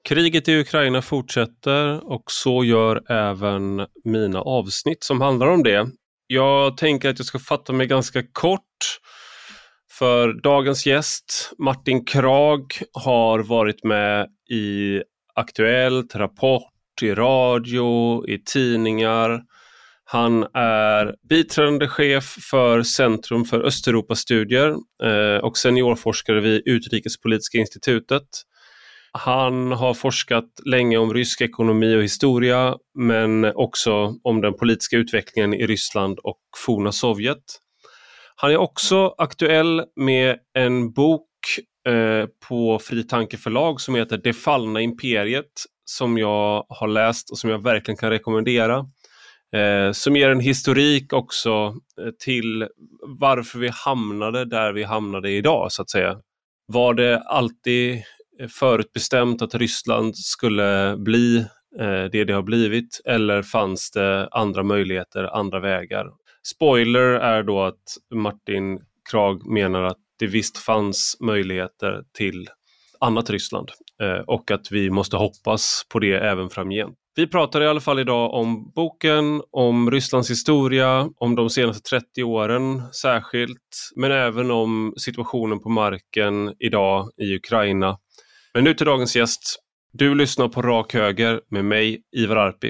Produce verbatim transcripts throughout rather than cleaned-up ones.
Kriget i Ukraina fortsätter och så gör även mina avsnitt som handlar om det. Jag tänker att jag ska fatta mig ganska kort, för dagens gäst Martin Kragh har varit med i Aktuellt, Rapport, i radio, i tidningar. Han är biträdande chef för Centrum för Östeuropastudier och seniorforskare vid Utrikespolitiska institutet. Han har forskat länge om rysk ekonomi och historia, men också om den politiska utvecklingen i Ryssland och forna Sovjet. Han är också aktuell med en bok eh, på Fri Tanke förlag som heter Det fallna imperiet, som jag har läst och som jag verkligen kan rekommendera. Eh, som ger en historik också eh, till varför vi hamnade där vi hamnade idag, så att säga. Var det alltid förutbestämt att Ryssland skulle bli eh, det det har blivit, eller fanns det andra möjligheter, andra vägar? Spoiler är då att Martin Kragh menar att det visst fanns möjligheter till annat Ryssland eh, och att vi måste hoppas på det även framgent. Vi pratar i alla fall idag om boken, om Rysslands historia, om de senaste trettio åren särskilt, men även om situationen på marken idag i Ukraina. Men nu till dagens gäst. Du lyssnar på Rak Höger med mig, Ivar Arpi.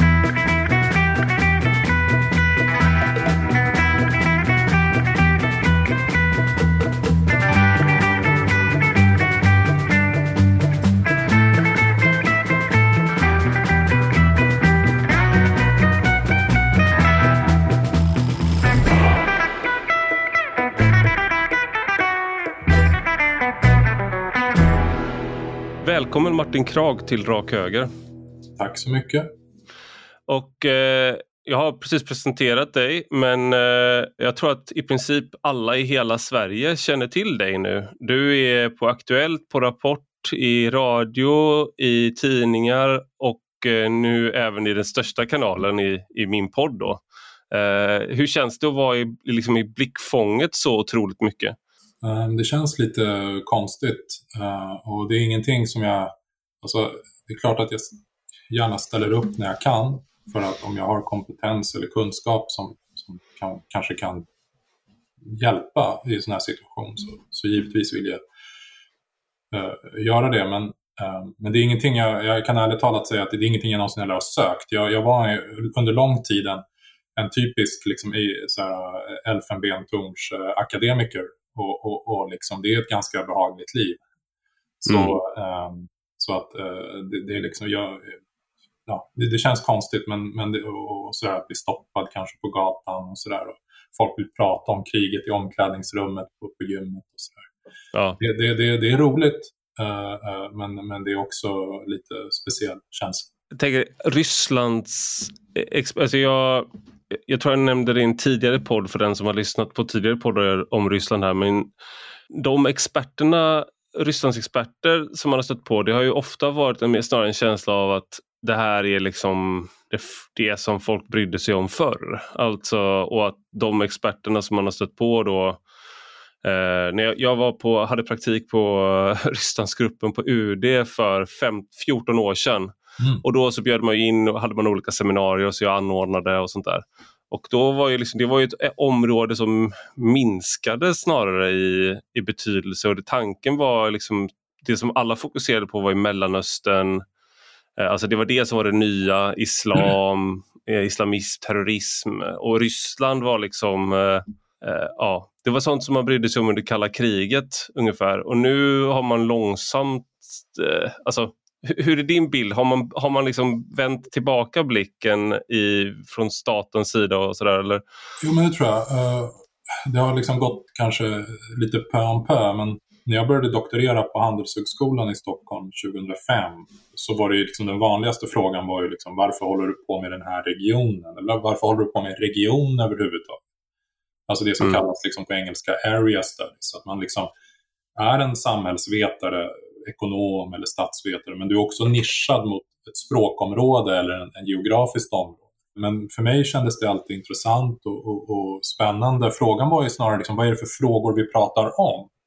Välkommen Martin Kragh till Rak Höger. Tack så mycket. Och eh, jag har precis presenterat dig, men eh, jag tror att i princip alla i hela Sverige känner till dig nu. Du är på Aktuellt, på Rapport, i radio, i tidningar och eh, nu även i den största kanalen i, i min podd då. Eh, hur känns det att vara i, liksom i blickfånget så otroligt mycket? Det känns lite konstigt och det är ingenting som jag, alltså det är klart att jag gärna ställer upp när jag kan, för att om jag har kompetens eller kunskap som, som kan, kanske kan hjälpa i en sån här situation, så, så givetvis vill jag uh, göra det, men, uh, men det är ingenting jag, jag kan ärligt talat säga att det är ingenting jag någonsin har sökt. Jag, jag var under lång tid en, en typisk liksom, så här, elfenbentorns uh, akademiker. Och, och, och liksom, det är ett ganska behagligt liv. Så, mm. um, så att uh, det, det är liksom, jag, ja, det, det känns konstigt, men, men det, och, och sådär, att bli stoppad kanske på gatan och sådär. Och folk vill prata om kriget i omklädningsrummet på, på gymmet och sådär. Ja. Det, det, det, det är roligt, uh, uh, men, men det är också lite speciell känsla. Jag tänker, Rysslands... Alltså jag... Jag tror jag nämnde det i en tidigare podd för den som har lyssnat på tidigare poddar om Ryssland här, men de experterna, Rysslands experter som man har stött på, det har ju ofta varit en mer snarare en känsla av att det här är liksom det, det som folk brydde sig om förr. Alltså, och att de experterna som man har stött på då, eh, när jag, jag var på, hade praktik på uh, Rysslandsgruppen på U D för fem, fjorton år sedan. Mm. Och då så bjöd man in och hade man olika seminarier så jag anordnade och sånt där. Och då var ju liksom, det var ju ett område som minskade snarare i, i betydelse. Och det, tanken var liksom, det som alla fokuserade på var i Mellanöstern. Eh, alltså det var det som var det nya, islam, mm. eh, islamism, terrorism. Och Ryssland var liksom, eh, eh, ja, det var sånt som man brydde sig om under kalla kriget ungefär. Och nu har man långsamt, eh, alltså hur är din bild? Har man, har man liksom vänt tillbaka blicken i, från statens sida och sådär, eller? Jo, men det tror jag. Det har liksom gått kanske lite pö om pö, men när jag började doktorera på Handelshögskolan i Stockholm tjugohundrafem så var det ju liksom den vanligaste frågan var ju liksom, varför håller du på med den här regionen? Eller varför håller du på med en region överhuvudtaget? Alltså det som mm. kallas liksom på engelska area studies. Att man liksom är en samhällsvetare, ekonom eller statsvetare, men du är också nischad mot ett språkområde eller en, en geografiskt område. Men för mig kändes det alltid intressant och, och, och spännande. Frågan var ju snarare liksom, vad är det för frågor vi pratar om?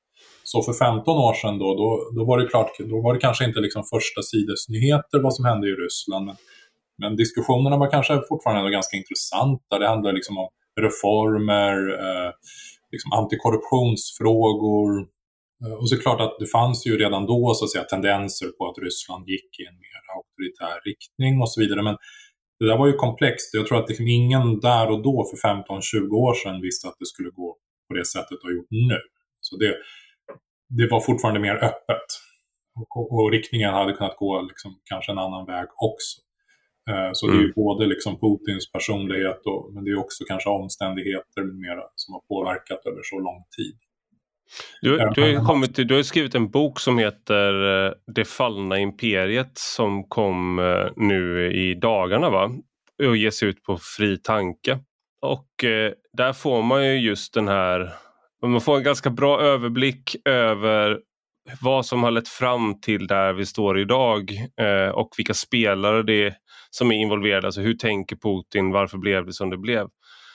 Så för femton år sedan då, då, då var det klart, då var det kanske inte liksom första sidesnyheter vad som hände i Ryssland. Men, men diskussionerna var kanske fortfarande ganska intressanta. Det handlade liksom om reformer, eh, liksom antikorruptionsfrågor. Och så är det klart att det fanns ju redan då så att säga tendenser på att Ryssland gick i en mer auktoritär riktning och så vidare. Men det där var ju komplext. Jag tror att liksom ingen där och då för femton tjugo år sedan visste att det skulle gå på det sättet det har gjort nu. Så det, det var fortfarande mer öppet. Och, och, och riktningen hade kunnat gå liksom kanske en annan väg också. Uh, så mm. det är ju både liksom Putins personlighet och, men det är också kanske omständigheter med mera som har påverkat över så lång tid. Du, du, har ju kommit till, du har skrivit en bok som heter Det fallna imperiet som kom nu i dagarna, va? Och ges ut på Fri Tanke. Och eh, där får man ju just den här, man får en ganska bra överblick över vad som har lett fram till där vi står idag eh, och vilka spelare det är som är involverade. Alltså hur tänker Putin, varför blev det som det blev?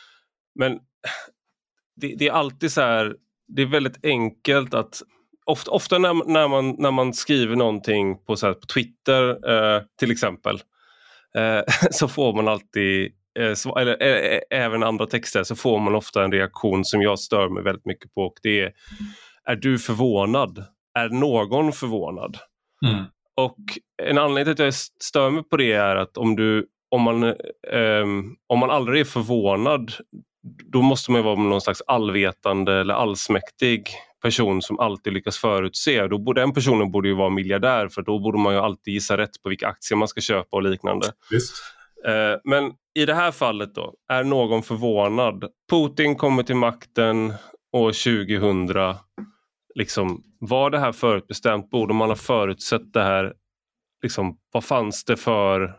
Men det, det är alltid så här, det är väldigt enkelt att ofta, ofta när, när, man, när man skriver någonting på, så här, på Twitter eh, till exempel eh, så får man alltid eh, så, eller eh, även andra texter så får man ofta en reaktion som jag stör mig väldigt mycket på, och det är: är du förvånad? Är någon förvånad? Mm. Och en anledning till att jag stör mig på det är att om du om man, eh, om man aldrig är förvånad, då måste man vara någon slags allvetande eller allsmäktig person som alltid lyckas förutse. Då borde, den personen borde ju vara miljardär, för då borde man ju alltid gissa rätt på vilka aktier man ska köpa och liknande. Visst. Eh, men i det här fallet då, är någon förvånad? Putin kommer till makten år tjugohundra. Liksom, var det här förutbestämt? Borde man ha förutsett det här? Liksom, vad fanns det för...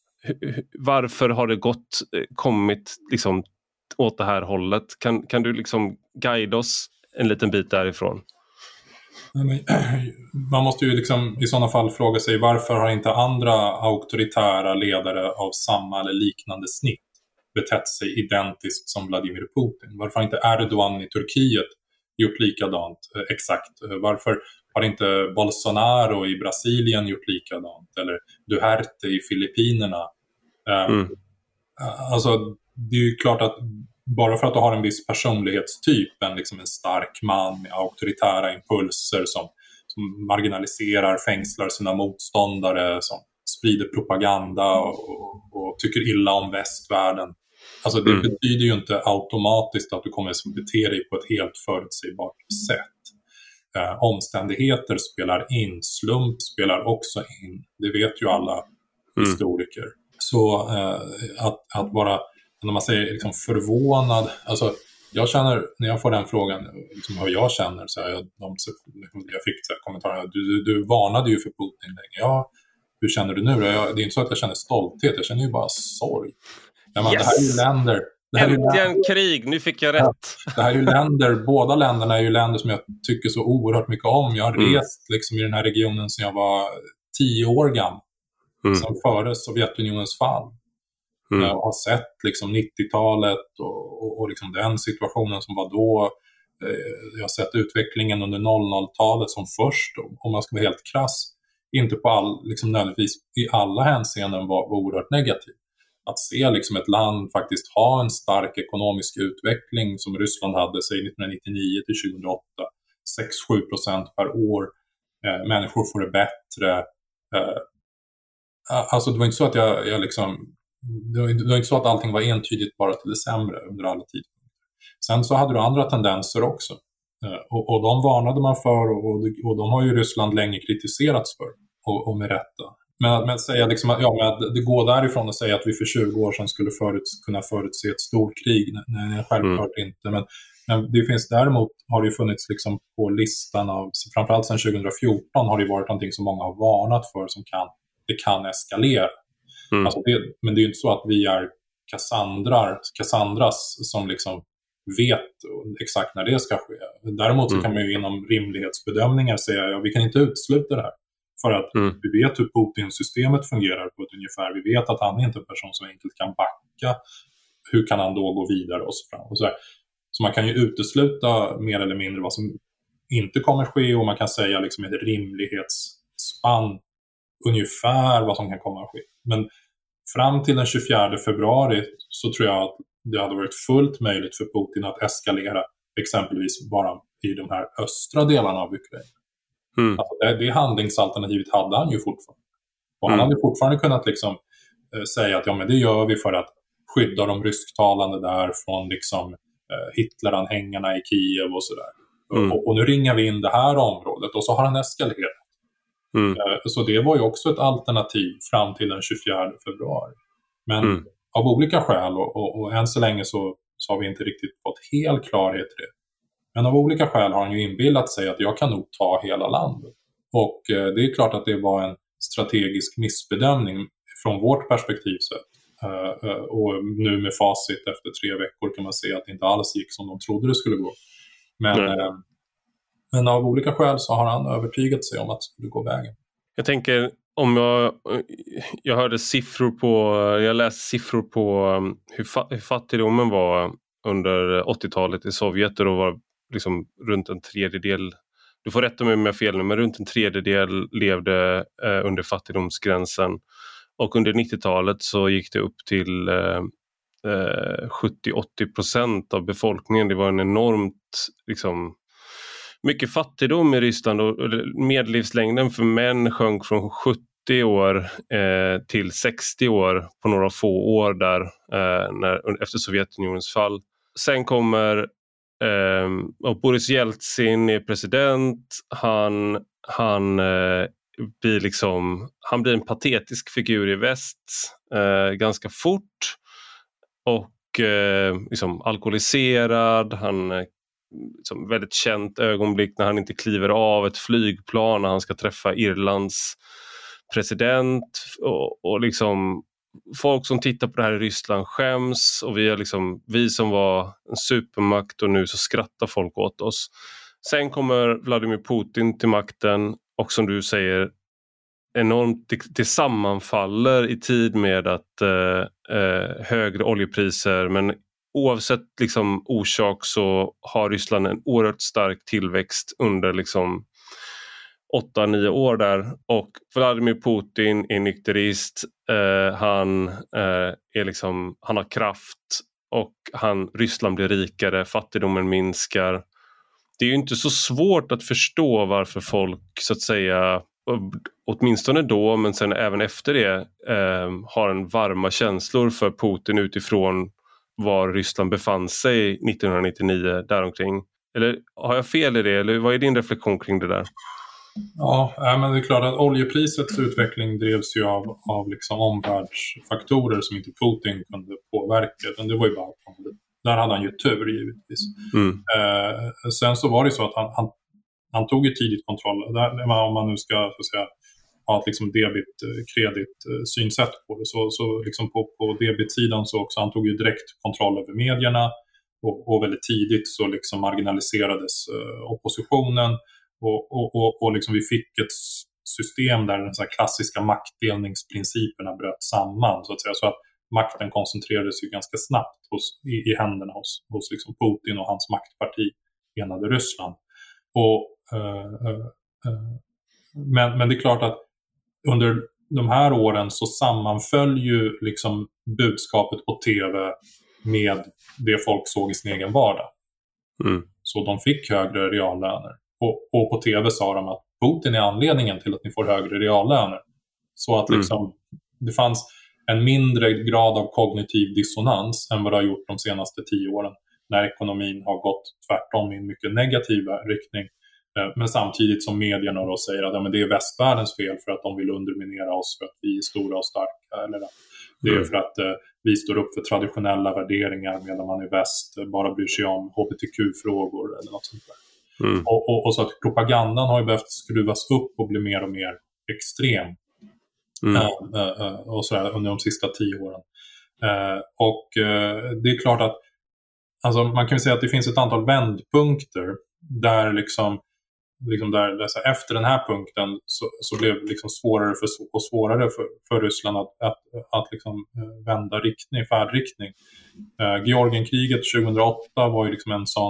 Varför har det gått, kommit liksom åt det här hållet? Kan, kan du liksom guida oss en liten bit därifrån? Man måste ju liksom i sådana fall fråga sig, varför har inte andra auktoritära ledare av samma eller liknande snitt betett sig identiskt som Vladimir Putin? Varför har inte Erdogan i Turkiet gjort likadant exakt? Varför har inte Bolsonaro i Brasilien gjort likadant? Eller Duterte i Filippinerna? Mm. Alltså det är ju klart att bara för att du har en viss personlighetstyp, en, liksom en stark man med auktoritära impulser som, som marginaliserar, fängslar sina motståndare, som sprider propaganda och, och, och tycker illa om västvärlden. Alltså det mm. betyder ju inte automatiskt att du kommer att bete dig på ett helt förutsägbart sätt. Eh, omständigheter spelar in, slump spelar också in. Det vet ju alla mm. historiker. Så eh, att, att vara, när man säger liksom förvånad, alltså jag känner, när jag får den frågan, liksom hur jag känner, så här, jag, de, jag fick så här, kommentarer, du, du, du varnade ju för Putin länge. Ja, hur känner du nu? Jag, det är inte så att jag känner stolthet, jag känner ju bara sorg. Ja, men, yes. Det här är ju länder. Äntligen krig, nu fick jag rätt. Ja, det här är ju länder, båda länderna är ju länder som jag tycker så oerhört mycket om. Jag har mm. rest liksom i den här regionen sedan jag var tio år gammal. Mm. Som före Sovjetunionens fall. Mm. Jag har sett liksom nittiotalet och, och, och liksom den situationen som var då. Jag har sett utvecklingen under noll noll-talet som först, om man ska vara helt krass, inte på all, liksom nödvändigtvis i alla hänseenden var, var oerhört negativ. Att se liksom ett land faktiskt ha en stark ekonomisk utveckling som Ryssland hade sig nittonhundranittionio till tjugohundraåtta, sex till sju procent per år. Eh, människor får det bättre. Eh, alltså det var inte så att jag, jag liksom, det var, det var inte så att allting var entydigt bara till det sämre under alla tider. Sen så hade du andra tendenser också. Eh, och, och de varnade man för, och, och de har ju Ryssland länge kritiserats för, och, och med rätta. Men att säga liksom att, ja, men att det går därifrån att säga att vi för tjugo år sedan skulle föruts, kunna förutse ett stort krig. Nej, självklart mm. inte. Men, men det finns däremot, har det funnits liksom på listan av, framförallt sedan tjugohundrafjorton har det varit någonting som många har varnat för, som kan, det kan eskalera. Mm. Alltså det, men det är ju inte så att vi är Cassandrar, Cassandras som liksom vet exakt när det ska ske. Däremot så mm. kan man ju inom rimlighetsbedömningar säga att ja, vi kan inte utesluta det här. För att mm. vi vet hur Putin-systemet fungerar på ett ungefär. Vi vet att han är inte en person som enkelt kan backa. Hur kan han då gå vidare och så fram? Och så, så man kan ju utesluta mer eller mindre vad som inte kommer ske, och man kan säga liksom ett rimlighetsspann ungefär vad som kan komma att ske. Men fram till den tjugofjärde februari så tror jag att det hade varit fullt möjligt för Putin att eskalera exempelvis bara i de här östra delarna av Ukraina. Mm. Alltså det, det handlingsalternativet hade han ju fortfarande. Och han mm. hade fortfarande kunnat liksom, eh, säga att ja, men det gör vi för att skydda de rysktalande där från liksom, eh, Hitleranhängarna i Kiev och sådär. Mm. Och, och nu ringar vi in det här området, och så har han eskalerat. Mm. Eh, så det var ju också ett alternativ fram till den tjugofjärde februari. Men mm. av olika skäl, och, och, och än så länge så, så har vi inte riktigt fått hel klarhet i det. Men av olika skäl har han ju inbillat sig att jag kan nog ta hela landet. Och eh, det är klart att det var en strategisk missbedömning från vårt perspektiv sett. Uh, uh, och nu med facit efter tre veckor kan man se att det inte alls gick som de trodde det skulle gå. Men, uh, men av olika skäl så har han övertygat sig om att det skulle gå vägen. Jag tänker, om jag, jag hörde siffror på, jag läste siffror på hur, fa, hur fattigdomen var under åttiotalet i Sovjet, och då var liksom runt en tredjedel, du får rätta mig om jag har fel nu, men runt en tredjedel levde eh, under fattigdomsgränsen. Och under nittiotalet så gick det upp till eh, sjuttio till åttio procent av befolkningen. Det var en enormt liksom, mycket fattigdom i Ryssland, och medellivslängden för män sjönk från sjuttio år eh, till sextio år på några få år där eh, när, efter Sovjetunionens fall. Sen kommer eh, och Boris Jeltsin är president. Han, han eh, blir liksom, han blir en patetisk figur i väst eh, ganska fort, och eh, liksom alkoholiserad. Han eh, liksom väldigt känt ögonblick när han inte kliver av ett flygplan när han ska träffa Irlands president, och, och liksom folk som tittar på det här i Ryssland skäms, och vi är liksom, vi som var en supermakt, och nu så skrattar folk åt oss. Sen kommer Vladimir Putin till makten, och som du säger, enormt, det, det sammanfaller i tid med att eh, eh, högre oljepriser, men oavsett liksom orsak så har Ryssland en oerhört stark tillväxt under liksom åtta nio år där, och Vladimir Putin är nykterist, eh, han eh, är liksom, han har kraft, och han, Ryssland blir rikare, fattigdomen minskar. Det är ju inte så svårt att förstå varför folk så att säga, åtminstone då men sen även efter det, eh, har en varma känslor för Putin utifrån var Ryssland befann sig nittonhundranittionio däromkring. Eller har jag fel i det? Eller vad är din reflektion kring det där? Ja, men det är klart att oljeprisets utveckling drevs ju av, av liksom omvärldsfaktorer som inte Putin kunde påverka. Men det var ju bara, där hade han ju tur givetvis. Mm. Eh, sen så var det så att han, han, han tog ju tidigt kontroll. Där, om man nu ska så att säga, ha ett liksom debit-kredit-synsätt på det. Så, så liksom på, på debitsidan så också, han tog ju direkt kontroll över medierna. Och, och väldigt tidigt så liksom marginaliserades eh, oppositionen. Och, och, och, och liksom vi fick ett system där de så här klassiska maktdelningsprinciperna bröt samman. Så att säga. Så att makten koncentrerades ju ganska snabbt hos, i, i händerna hos, hos liksom Putin och hans maktparti enade Ryssland. Och, uh, uh, uh, men, men det är klart att under de här åren så sammanföll ju liksom budskapet på tv med det folk såg i sin egen vardag. Mm. Så de fick högre reallöner. Och, och på tv sa de att Putin är anledningen till att ni får högre reallöner. Så att liksom, mm. det fanns en mindre grad av kognitiv dissonans än vad det har gjort de senaste tio åren. När ekonomin har gått tvärtom i en mycket negativ riktning. Men samtidigt som medierna då säger att ja, men det är västvärldens fel för att de vill underminera oss för att vi är stora och starka. Eller att det är mm. för att eh, vi står upp för traditionella värderingar medan man i väst bara bryr sig om H B T Q-frågor eller något sånt där. Mm. Och, och, och så att propagandan har ju behövt skruvas upp och bli mer och mer extrem. Mm. Äh, äh, och så där, under de sista tio åren. Äh, och äh, det är klart att alltså, man kan säga att det finns ett antal vändpunkter där liksom Liksom där, där så här, efter den här punkten så, så blev det liksom svårare för, och svårare för, för Ryssland att, att, att liksom, vända riktning, färdriktning. Eh, Georgienkriget tjugohundraåtta var ju liksom en sån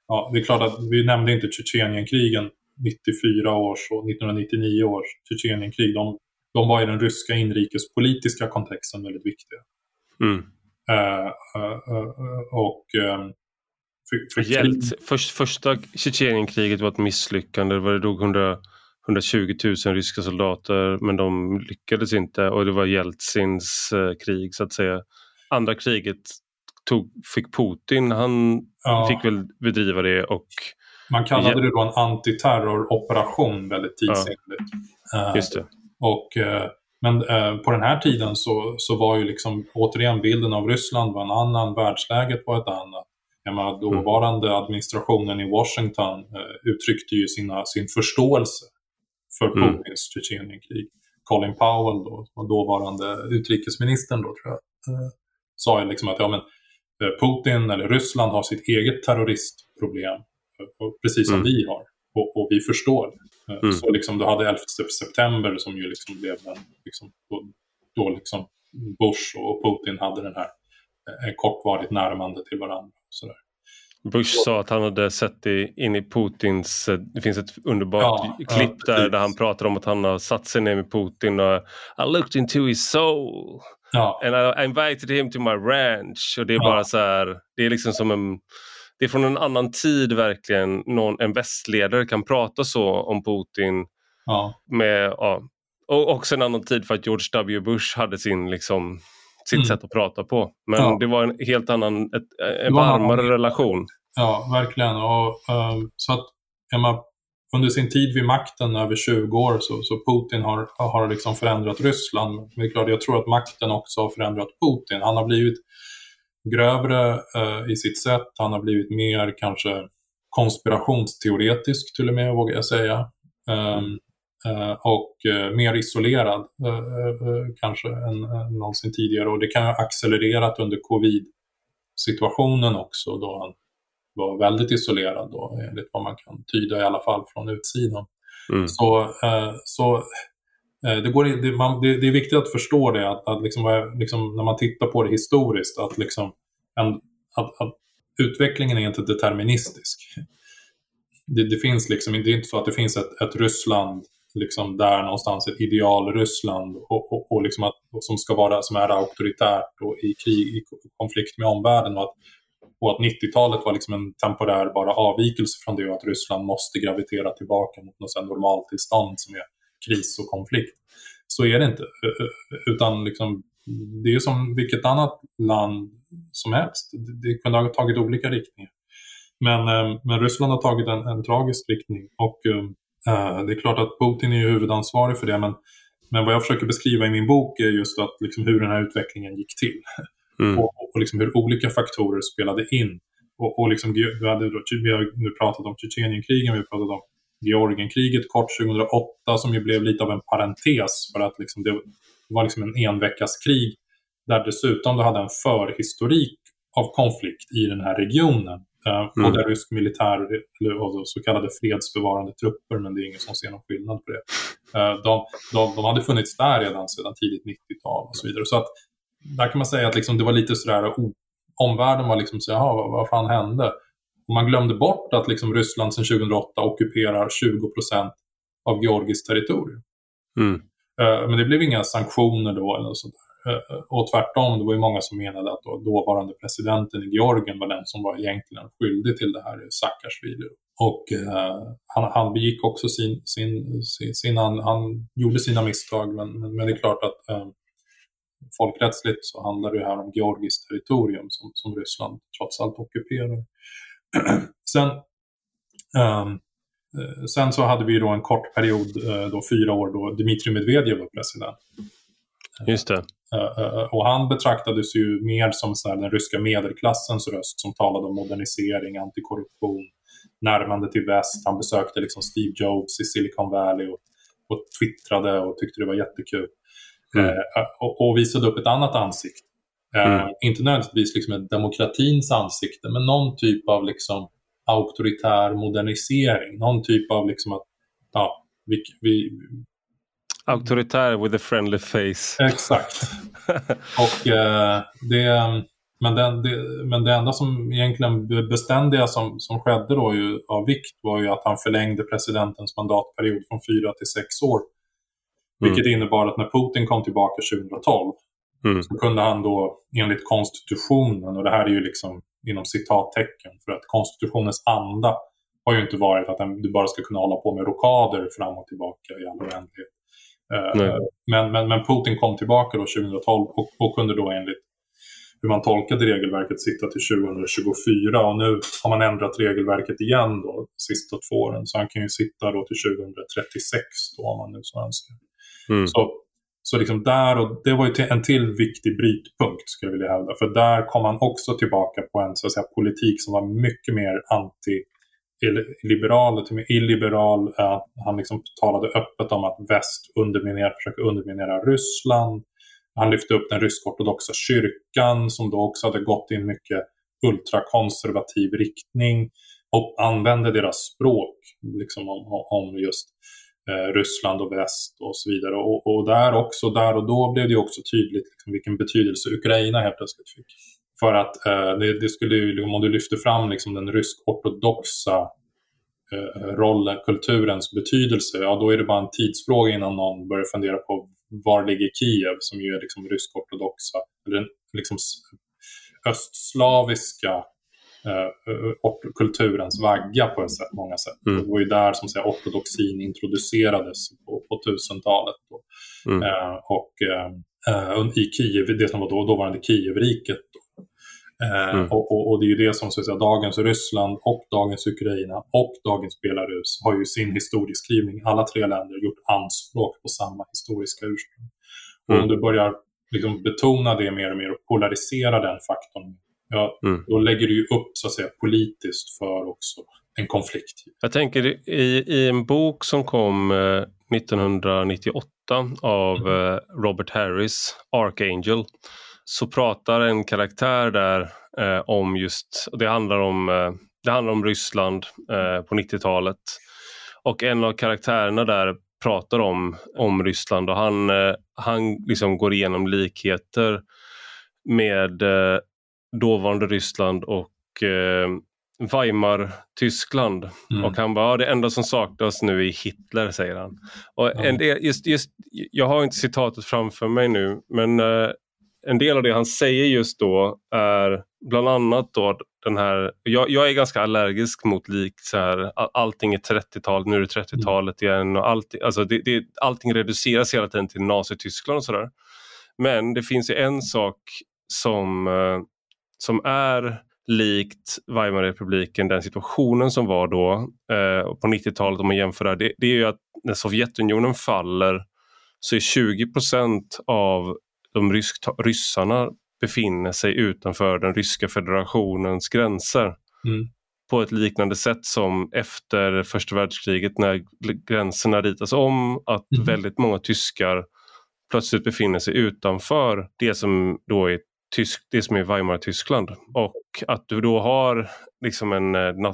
ja, det är klart att vi nämnde inte Tjetjenienkrigen nittiofyra års och nittonhundranittionio års Tjetjenienkrig. De, de var i den ryska inrikespolitiska kontexten väldigt viktiga. Mm. Uh, uh, uh, och um, för, för Hjält, först, första Tjetjenienkriget var ett misslyckande. Det var det dog hundra, hundratjugo tusen ryska soldater, men de lyckades inte, och det var Jeltsins uh, krig så att säga. Andra kriget tog, fick Putin, han ja. fick väl bedriva det, och man kallade det då en antiterroroperation väldigt tidsenligt. Ja. Just det. Uh, och uh, men uh, på den här tiden så, så var ju liksom återigen bilden av Ryssland var en annan, världsläget var ett annat. Jag menar, dåvarande mm. administrationen i Washington uh, uttryckte ju sina, sin förståelse för mm. Putins Tjetjenienkrig. Colin Powell då, dåvarande utrikesministern då, tror jag, uh, sa ju liksom att ja, men, uh, Putin eller Ryssland har sitt eget terroristproblem, uh, precis som mm. vi har. Och, och vi förstår det. Mm. Så liksom, du hade elfte september som ju liksom blev en, liksom, då, då liksom Bush och Putin hade den här en kortvarigt närmande till varandra. Sådär. Bush så. sa att han hade sett det in i Putins, det finns ett underbart ja, klipp ja, där, där han pratar om att han har satt sig ner med Putin och I looked into his soul ja. and I, I invited him to my ranch, och det är ja. bara så här, det är liksom som en, det är från en annan tid verkligen, någon, en västledare kan prata så om Putin ja. med, ja, och också en annan tid för att George W. Bush hade sin liksom sitt mm. sätt att prata på. Men ja. det var en helt annan, ett, en varmare annan relation. Ja, verkligen. Och, um, så att Emma, under sin tid vid makten över tjugo år så, så Putin har, har liksom förändrat Ryssland. Men det är klart, jag tror att makten också har förändrat Putin. Han har blivit grövre uh, i sitt sätt. Han har blivit mer kanske konspirationsteoretisk till och med, vågar jag säga. Um, Uh, och uh, mer isolerad uh, uh, kanske än uh, någonsin tidigare, och det kan ha accelererat under covid-situationen också, då han var väldigt isolerad då, enligt vad man kan tyda i alla fall från utsidan. Mm. Så, uh, så uh, det, går, det, man, det, det är viktigt att förstå det, att, att liksom, liksom, när man tittar på det historiskt, att, liksom, en, att, att utvecklingen är inte deterministisk. Det, det finns liksom, det är inte så att det finns ett, ett Ryssland liksom där någonstans, ett ideal Ryssland och, och, och liksom att, och som ska vara, som är auktoritärt och i krig, i konflikt med omvärlden, och att, och att nittiotalet var liksom en temporär bara avvikelse från det, och att Ryssland måste gravitera tillbaka mot något normaltillstånd som är kris och konflikt. Så är det inte, utan liksom, det är som vilket annat land som helst. Det, det kunde ha tagit olika riktningar, men, men Ryssland har tagit en, en tragisk riktning, och Uh, det är klart att Putin är ju huvudansvarig för det, men, men vad jag försöker beskriva i min bok är just att, liksom, hur den här utvecklingen gick till. Mm. Och, och liksom hur olika faktorer spelade in. Och, och liksom, vi, hade då, vi har nu pratat om Tjetjenienkrigen, vi har pratat om Georgienkriget kort tjugohundraåtta, som ju blev lite av en parentes, för att liksom, det var liksom en enveckas krig där dessutom det hade en förhistorik av konflikt i den här regionen. Mm. Och där rysk militär, eller så kallade fredsbevarande trupper, men det är ingen som ser någon skillnad på det. De, de, de hade funnits där redan sedan tidigt nittiotal och så vidare. Så att där kan man säga att liksom det var lite sådär, oh, omvärlden var liksom så, jaha, vad, vad fan hände? Och man glömde bort att liksom Ryssland sedan tjugohundraåtta ockuperar tjugo procent av Georgiskt territorium. Mm. Men det blev inga sanktioner då eller sådär. Och tvärtom, det var ju många som menade att då, dåvarande presidenten i Georgien var den som var egentligen skyldig till det här, Saakashvili. Och eh, han, han begick också sin, sin, sin, sin han, han gjorde sina misstag, men, men, men det är klart att eh, folkrättsligt så handlar det här om Georgiskt territorium som, som Ryssland trots allt ockuperar. sen, eh, sen så hade vi då en kort period, eh, då fyra år, då Dmitrij Medvedev var president. Just det. Uh, uh, och han betraktades ju mer som så här, den ryska medelklassens röst som talade om modernisering, antikorruption, närmande till väst. Han besökte liksom Steve Jobs i Silicon Valley och, och twittrade och tyckte det var jättekul. Mm. Uh, och, och visade upp ett annat ansikte. Uh, mm. Inte nödvändigtvis liksom ett demokratins ansikte, men någon typ av liksom auktoritär modernisering. Någon typ av liksom att ja, vi... vi auktoritär with a friendly face. Exakt. Och eh, det, men, den, det, men det enda som egentligen beständiga som, som skedde då ju, av vikt var ju att han förlängde presidentens mandatperiod från fyra till sex år. Mm. Vilket innebar att när Putin kom tillbaka tjugohundratolv mm. så kunde han då enligt konstitutionen, och det här är ju liksom inom citattecken, för att konstitutionens anda har ju inte varit att du bara ska kunna hålla på med rockader fram och tillbaka i all oändlighet. Uh, men, men, men Putin kom tillbaka då tjugohundratolv och, och kunde då enligt hur man tolkade regelverket sitta till tjugohundratjugofyra, och nu har man ändrat regelverket igen då sista två åren, så han kan ju sitta då till tjugohundratrettiosex då, om man nu så önskar. Mm. Så, så liksom där, och det var ju en till viktig brytpunkt skulle jag vilja hävda, för där kom han också tillbaka på en så att säga politik som var mycket mer anti-liberal, till och med illiberal. Uh, han liksom talade öppet om att väst underminerar, försöker underminera Ryssland. Han lyfte upp den rysk-ortodoxa kyrkan som då också hade gått i en mycket ultrakonservativ riktning och använde deras språk liksom om, om just eh, Ryssland och väst och så vidare. Och, och där också, där och då blev det också tydligt liksom, vilken betydelse Ukraina helt plötsligt fick. För att eh, det, det skulle ju, om du lyfter fram liksom, den rysk-ortodoxa eh, rollen, kulturens betydelse, ja då är det bara en tidsfråga innan någon börjar fundera på var ligger Kiev, som ju är liksom rysk-ortodoxa eller liksom östslaviska eh, kulturens vagga på ett sätt, många sätt. Mm. Det var ju där som säger ortodoxin introducerades på, på tusentalet då. Mm. Eh, och eh, i Kiev, det som var då dåvarande Kievriket då. Eh, mm. och, och, och det är ju det som så att säga, dagens Ryssland och dagens Ukraina och dagens Belarus har ju sin historieskrivning. Alla tre länder gjort anspråk på samma historiska ursprung. Mm. Och om du börjar liksom betona det mer och mer och polarisera den faktorn, ja, mm. då lägger du ju upp så att säga politiskt för också en konflikt. Jag tänker i, i en bok som kom eh, nittonhundranittioåtta av mm. eh, Robert Harris, Archangel, så pratar en karaktär där eh, om just, det handlar om, eh, det handlar om Ryssland eh, på nittiotalet. Och en av karaktärerna där pratar om, om Ryssland och han, eh, han liksom går igenom likheter med eh, dåvarande Ryssland och eh, Weimar-Tyskland. Mm. Och han bara, ja, det enda som saknas nu är Hitler, säger han. Och mm. en del, just, just, jag har inte citatet framför mig nu, men eh, en del av det han säger just då är bland annat då den här, jag, jag är ganska allergisk mot lik så här, allting är trettiotalet, nu är det trettiotalet igen och allting, alltså det, det, allting reduceras hela tiden till Nazi-Tyskland och sådär. Men det finns ju en sak som, som är likt Weimarrepubliken, den situationen som var då eh, på nittiotalet om man jämför det, det är ju att när Sovjetunionen faller så är tjugo procent av de rysk, ryssarna befinner sig utanför den ryska federationens gränser. Mm. På ett liknande sätt som efter första världskriget när gränserna ritas om, att mm. väldigt många tyskar plötsligt befinner sig utanför det som då är tysk, det som är Weimar-Tyskland. Och att du då har liksom en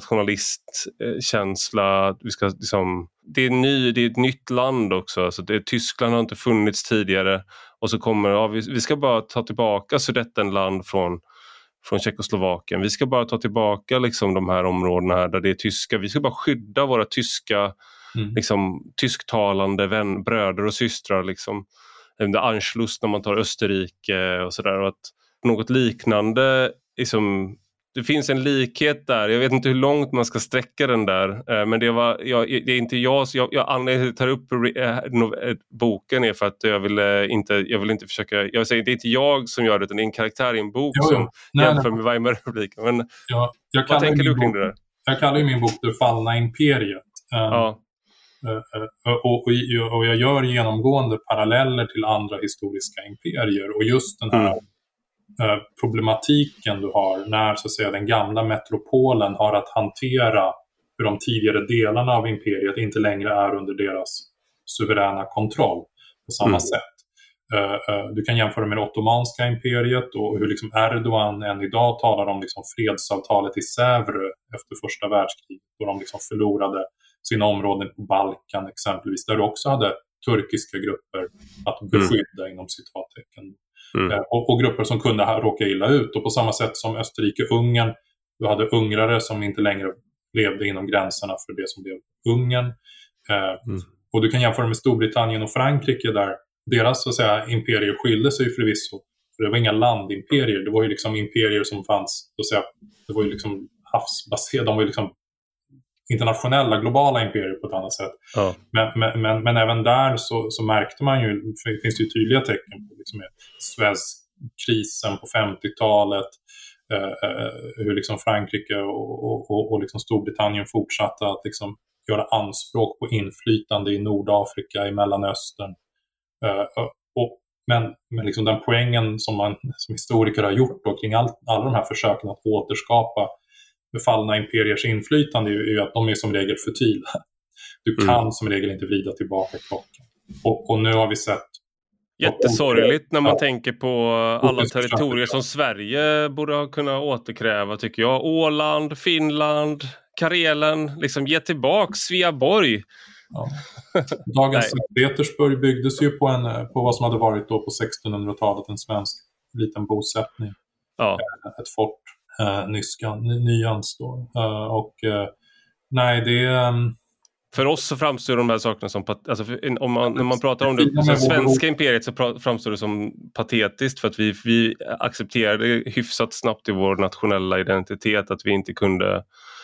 nationalistkänsla, vi ska liksom, det är ny, det är ett nytt land också, så det, Tyskland har inte funnits tidigare och så kommer, ja, vi, vi ska bara ta tillbaka Sudetenland från från Tjeckoslovakien. Vi ska bara ta tillbaka liksom de här områdena här där det är tyska. Vi ska bara skydda våra tyska mm. liksom tysktalande vän, bröder och systrar liksom. Det Anschluss när man tar Österrike och sådär, och att något liknande liksom, det finns en likhet där. Jag vet inte hur långt man ska sträcka den där. Men det var jag, det är inte jag jag, jag anledningen tar upp boken är för att jag vill inte jag vill inte försöka jag säger det är inte jag som gör det, utan det är en karaktär i en bok jo, jo. som nej, jämför nej. med Weimarrepubliken. Men ja, jag vad tänker du kring bok, det där? Jag kallar ju min bok Det fallna imperiet. Ja. Och, och, och jag gör genomgående paralleller till andra historiska imperier, och just den här mm. problematiken du har när så att säga den gamla metropolen har att hantera hur de tidigare delarna av imperiet inte längre är under deras suveräna kontroll på samma mm. sätt. Du kan jämföra med det ottomanska imperiet och hur liksom Erdogan än idag talar om liksom fredsavtalet i Sävre efter första världskriget, då de liksom förlorade sina områden på Balkan exempelvis, där du också hade turkiska grupper att beskydda mm. inom citattecken. Mm. Eh, och, och grupper som kunde ha, råka illa ut. Och på samma sätt som Österrike-Ungern, du hade ungrare som inte längre levde inom gränserna för det som blev Ungern. Eh, mm. Och du kan jämföra med Storbritannien och Frankrike där deras så att säga, imperier skilde sig förvisso. För det var inga landimperier, det var ju liksom imperier som fanns, så att säga, det var ju liksom havsbaserade, de var ju liksom internationella, globala imperier på ett annat sätt. Ja. Men, men, men, men även där så, så märkte man ju, det finns ju tydliga tecken på liksom Suezkrisen på femtiotalet, eh, hur liksom Frankrike och, och, och, och liksom Storbritannien fortsatte att liksom göra anspråk på inflytande i Nordafrika, i Mellanöstern. Eh, och, men men liksom den poängen som, man, som historiker har gjort då, kring all, alla de här försöken att återskapa befallna imperiers inflytande är ju att de är som regel futila. Du kan mm. som regel inte vrida tillbaka klockan. Och, och nu har vi sett... Jättesorgligt när man ja. tänker på alla territorier som Sverige borde ha kunnat återkräva, tycker jag. Åland, Finland, Karelen, liksom ge tillbaka Sveaborg. Ja. Dagens Sankt Petersburg byggdes ju på, en, på vad som hade varit då på sextonhundratalet, en svensk liten bosättning. Ja. Ett fort. Uh, nyskan, nyans då. Uh, och uh, nej, det um... för oss så framstår de här sakerna som alltså, om man, när man pratar om det, det svenska imperiet så framstår det som patetiskt för att vi, vi accepterade hyfsat snabbt i vår nationella identitet att vi inte kunde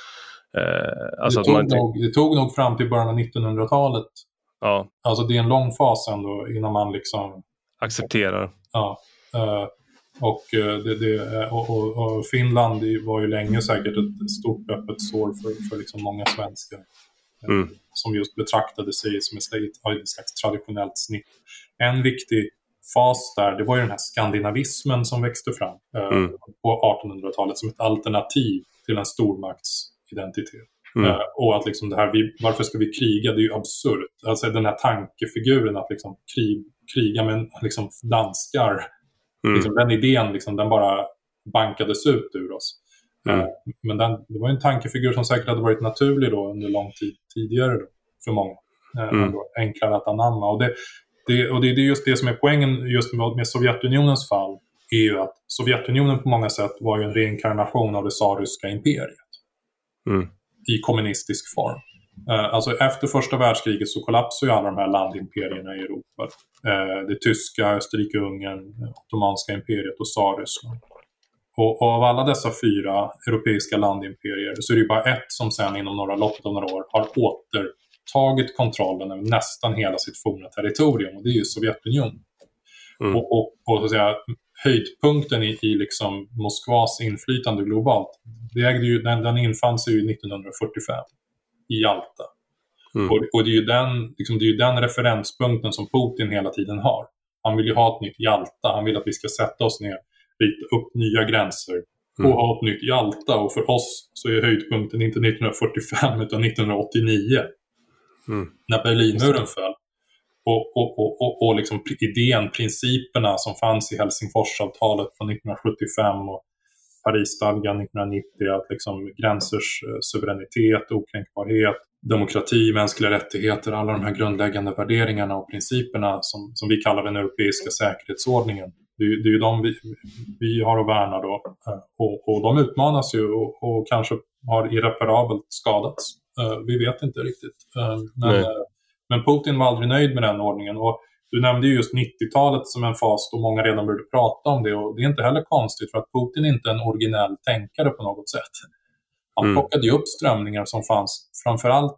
uh, alltså det, tog att man nog, det tog nog fram till början av nittonhundratalet. Ja. Alltså det är en lång fas ändå innan man liksom accepterar. Ja. Uh, Och, det, det, och, och, och Finland var ju länge säkert ett stort öppet sår för, för liksom många svenskar mm. som just betraktade sig som ett slags traditionellt snitt. En viktig fas där, det var ju den här skandinavismen som växte fram mm. eh, på artonhundratalet som ett alternativ till en stormaktsidentitet. Mm. Eh, och att liksom det här, vi, varför ska vi kriga? Det är ju absurt. Alltså den här tankefiguren att liksom krig, kriga med liksom danskar. Mm. Liksom den idén liksom, den bara bankades ut ur oss. Mm. Uh, men den, det var en tankefigur som säkert hade varit naturlig då under lång tid tidigare då, för många. Uh, mm. Enklare att anamma. Och, det, det, och det, det är just det som är poängen just med, med Sovjetunionens fall är ju att Sovjetunionen på många sätt var ju en reinkarnation av det tsarryska imperiet. Mm. I kommunistisk form. Uh, alltså efter första världskriget så kollapsade ju alla de här landimperierna i Europa. Uh, det tyska, Österrike-Ungern, Ottomanska imperiet och Tsarryssland. Och, och av alla dessa fyra europeiska landimperier så är det ju bara ett som sen inom några loppet av några år har återtagit kontrollen över nästan hela sitt forna territorium, och det är ju Sovjetunionen. Mm. Och, och, och så att säga, höjdpunkten i, i liksom Moskvas inflytande globalt, det ägde ju, den, den infann sig ju nittonhundrafyrtiofem. I Jalta. Mm. Och, och det, är ju den, liksom, det är ju den referenspunkten som Putin hela tiden har. Han vill ju ha ett nytt Jalta. Han vill att vi ska sätta oss ner, rita upp nya gränser mm. och ha ett nytt Jalta. Och för oss så är höjdpunkten inte nittonhundrafyrtiofem utan nittonhundraåttionio. Mm. När Berlinmuren föll. Och, och, och, och, och liksom idén, principerna som fanns i Helsingforsavtalet från nittonhundrasjuttiofem och Parisstadgan nittonhundranittio, att liksom gränsers suveränitet, okränkbarhet, demokrati, mänskliga rättigheter, alla de här grundläggande värderingarna och principerna som, som vi kallar den europeiska säkerhetsordningen. Det, det är ju de vi, vi har att värna då. Och, och de utmanas ju och, och kanske har irreparabelt skadats. Vi vet inte riktigt. Men, men Putin var aldrig nöjd med den ordningen. Och du nämnde ju just nittiotalet som en fas då många redan började prata om det, och det är inte heller konstigt för att Putin inte är en originell tänkare på något sätt. Han mm. plockade ju upp strömningar som fanns framförallt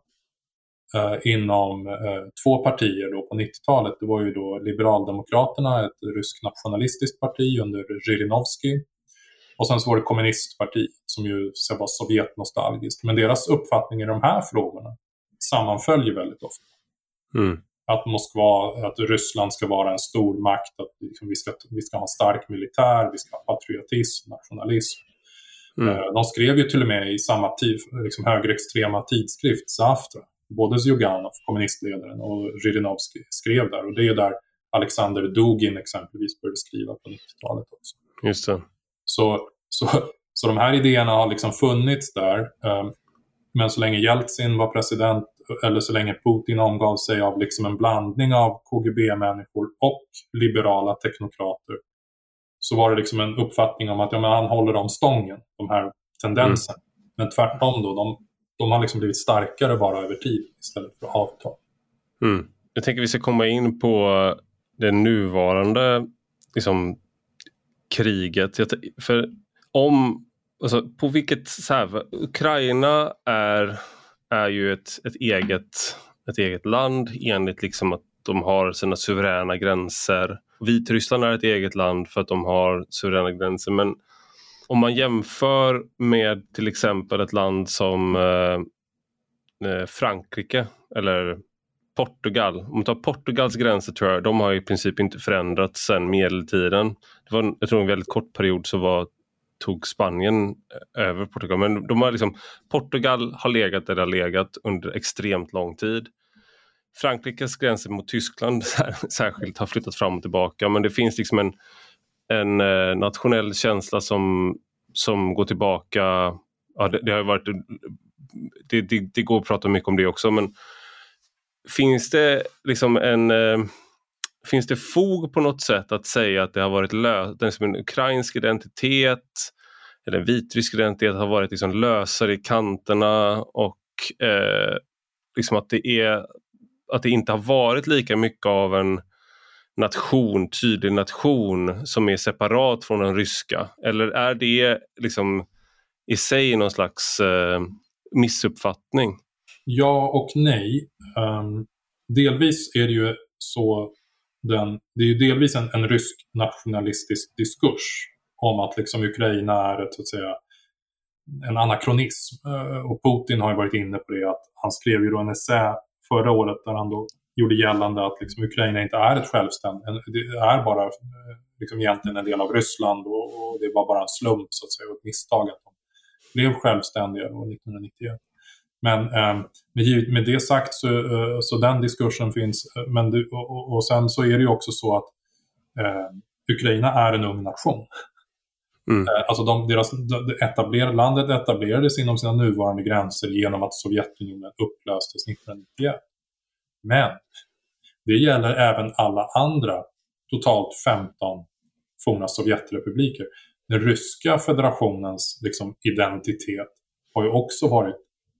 eh, inom eh, två partier då på nittiotalet. Det var ju då Liberaldemokraterna, ett rysk nationalistiskt parti under Zhirinovsky, och sen så var det kommunistpartiet som ju så var sovjetnostalgiskt. Men deras uppfattning i de här frågorna sammanföljer väldigt ofta. Mm. Att Moskva, att Ryssland ska vara en stor makt, att liksom vi, ska, vi ska ha en stark militär, vi ska ha patriotism, nationalism. Mm. De skrev ju till och med i samma tid, liksom högerextrema tidskrift, Zavtra. Både Zjuganov, kommunistledaren, och Zhirinovsky skrev där. Och det är där Alexander Dugin exempelvis började skriva på nittiotalet också. Just det. Så, så, så de här idéerna har liksom funnits där. Men så länge Jeltsin var president, eller så länge Putin omgav sig av liksom en blandning av K G B-människor och liberala teknokrater, så var det liksom en uppfattning om att ja, men han håller om stången, de här tendenserna. Mm. Men tvärtom då, de, de har liksom blivit starkare bara över tid istället för att avta. Mm. Jag tänker vi ska komma in på det nuvarande liksom, kriget. För om, alltså, på vilket så här, Ukraina är, är ju ett, ett, eget, ett eget land enligt liksom att de har sina suveräna gränser. Vitryssland är ett eget land för att de har suveräna gränser. Men om man jämför med till exempel ett land som eh, Frankrike eller Portugal. Om man tar Portugals gränser tror jag, de har i princip inte förändrats sedan medeltiden. Det var, jag tror en väldigt kort period så var, tog Spanien över Portugal. Men de har liksom, Portugal har legat där det har legat under extremt lång tid. Frankrikes gränser mot Tyskland särskilt har flyttat fram och tillbaka. Men det finns liksom en, en eh, nationell känsla som, som går tillbaka. Ja, det, det har varit det, det, det går att prata mycket om det också, men finns det liksom en eh, finns det fog på något sätt att säga att det har varit lö- den som en ukrainsk identitet eller en vitrysk identitet har varit liksom lösare i kanterna och eh, liksom att det är att det inte har varit lika mycket av en nation, tydlig nation som är separat från den ryska, eller är det liksom i sig någon slags eh, missuppfattning? Ja och nej. Um, delvis är det ju så den, det är ju delvis en, en rysk nationalistisk diskurs om att liksom Ukraina är ett, så att säga, en anakronism. Uh, och Putin har ju varit inne på det, att han skrev ju då en essä förra året där han då gjorde gällande att liksom Ukraina inte är ett självständigt, det är bara liksom egentligen en del av Ryssland och, och det var bara en slump så att säga och ett misstag att de blev självständiga då nittonhundranittioett. Men eh, med, med det sagt så, eh, så den diskursen finns, men det, och, och sen så är det ju också så att eh, Ukraina är en ung nation. Mm. Eh, alltså de, deras, de etablerade, landet etablerades inom sina nuvarande gränser genom att Sovjetunionen upplöstes nittonhundranittioett. Men det gäller även alla andra totalt femton forna Sovjetrepubliker. Den ryska federationens liksom, identitet har ju också varit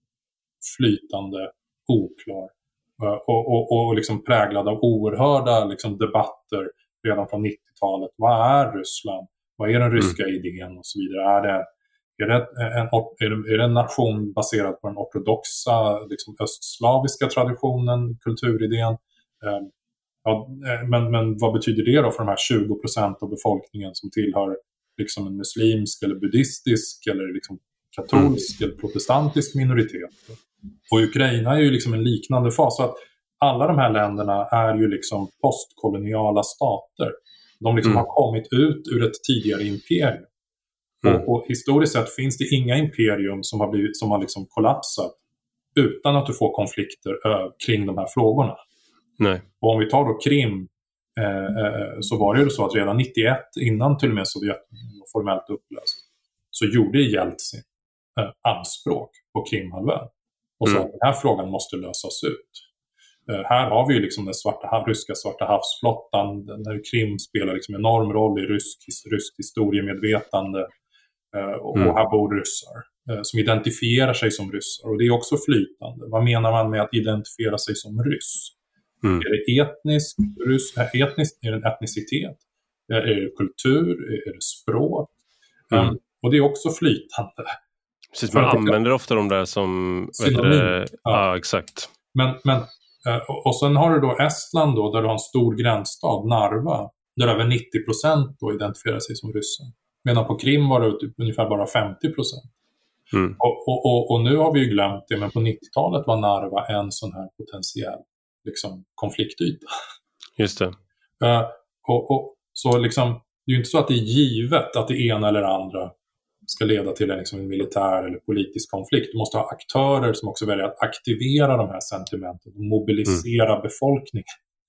flytande, oklar och, och, och liksom präglad av oerhörda liksom, debatter redan från nittiotalet. Vad är Ryssland? Vad är den ryska mm. idén? Och så vidare. Är det, är, det en, är, det, är det en nation baserad på den ortodoxa liksom, östslaviska traditionen, kulturidén? Eh, ja, men, men vad betyder det då för de här tjugo procent av befolkningen som tillhör liksom, en muslimsk eller buddhistisk eller liksom, katolsk mm. eller protestantisk minoritet? Och Ukraina är ju liksom en liknande fas. Så att alla de här länderna är ju liksom postkoloniala stater. De liksom mm. har kommit ut ur ett tidigare imperium. Mm. Och, och historiskt sett finns det inga imperium som har, blivit, som har liksom kollapsat utan att du får konflikter ö, kring de här frågorna. Nej. Och om vi tar då Krim eh, eh, så var det ju så att redan nittioett, innan till och med Sovjetunionen var formellt upplöst, så gjorde Jeltsin eh, anspråk på Krimhalvön. Och så mm. den här frågan måste lösas ut. Uh, här har vi ju liksom den svarta, ryska svarta havsflottan, där Krim spelar liksom enorm roll i rysk, rysk historiemedvetande. Uh, och, mm. och här bor ryssar uh, som identifierar sig som ryssar. Och det är också flytande. Vad menar man med att identifiera sig som ryss? Mm. Är det etnisk, ryss, äh, etnisk, är det en etnicitet? Är det kultur? Är det språk? Mm. Um, och det är också flytande. Precis, man använder det ofta de där som... Vet du, ja. ja, exakt. Men, men, och sen har du då Estland då, där du har en stor gränsstad, Narva, där över nittio procent då identifierar sig som ryssar. Medan på Krim var det typ ungefär bara femtio procent. Mm. Och, och, och, och nu har vi ju glömt det, men på nittiotalet var Narva en sån här potentiell liksom, konfliktyta. Just det. Uh, och, och, så liksom, det är ju inte så att det är givet att det ena eller andra ska leda till en, liksom, en militär eller politisk konflikt. Du måste ha aktörer som också väljer att aktivera de här sentimenten och mobilisera mm. befolkningen.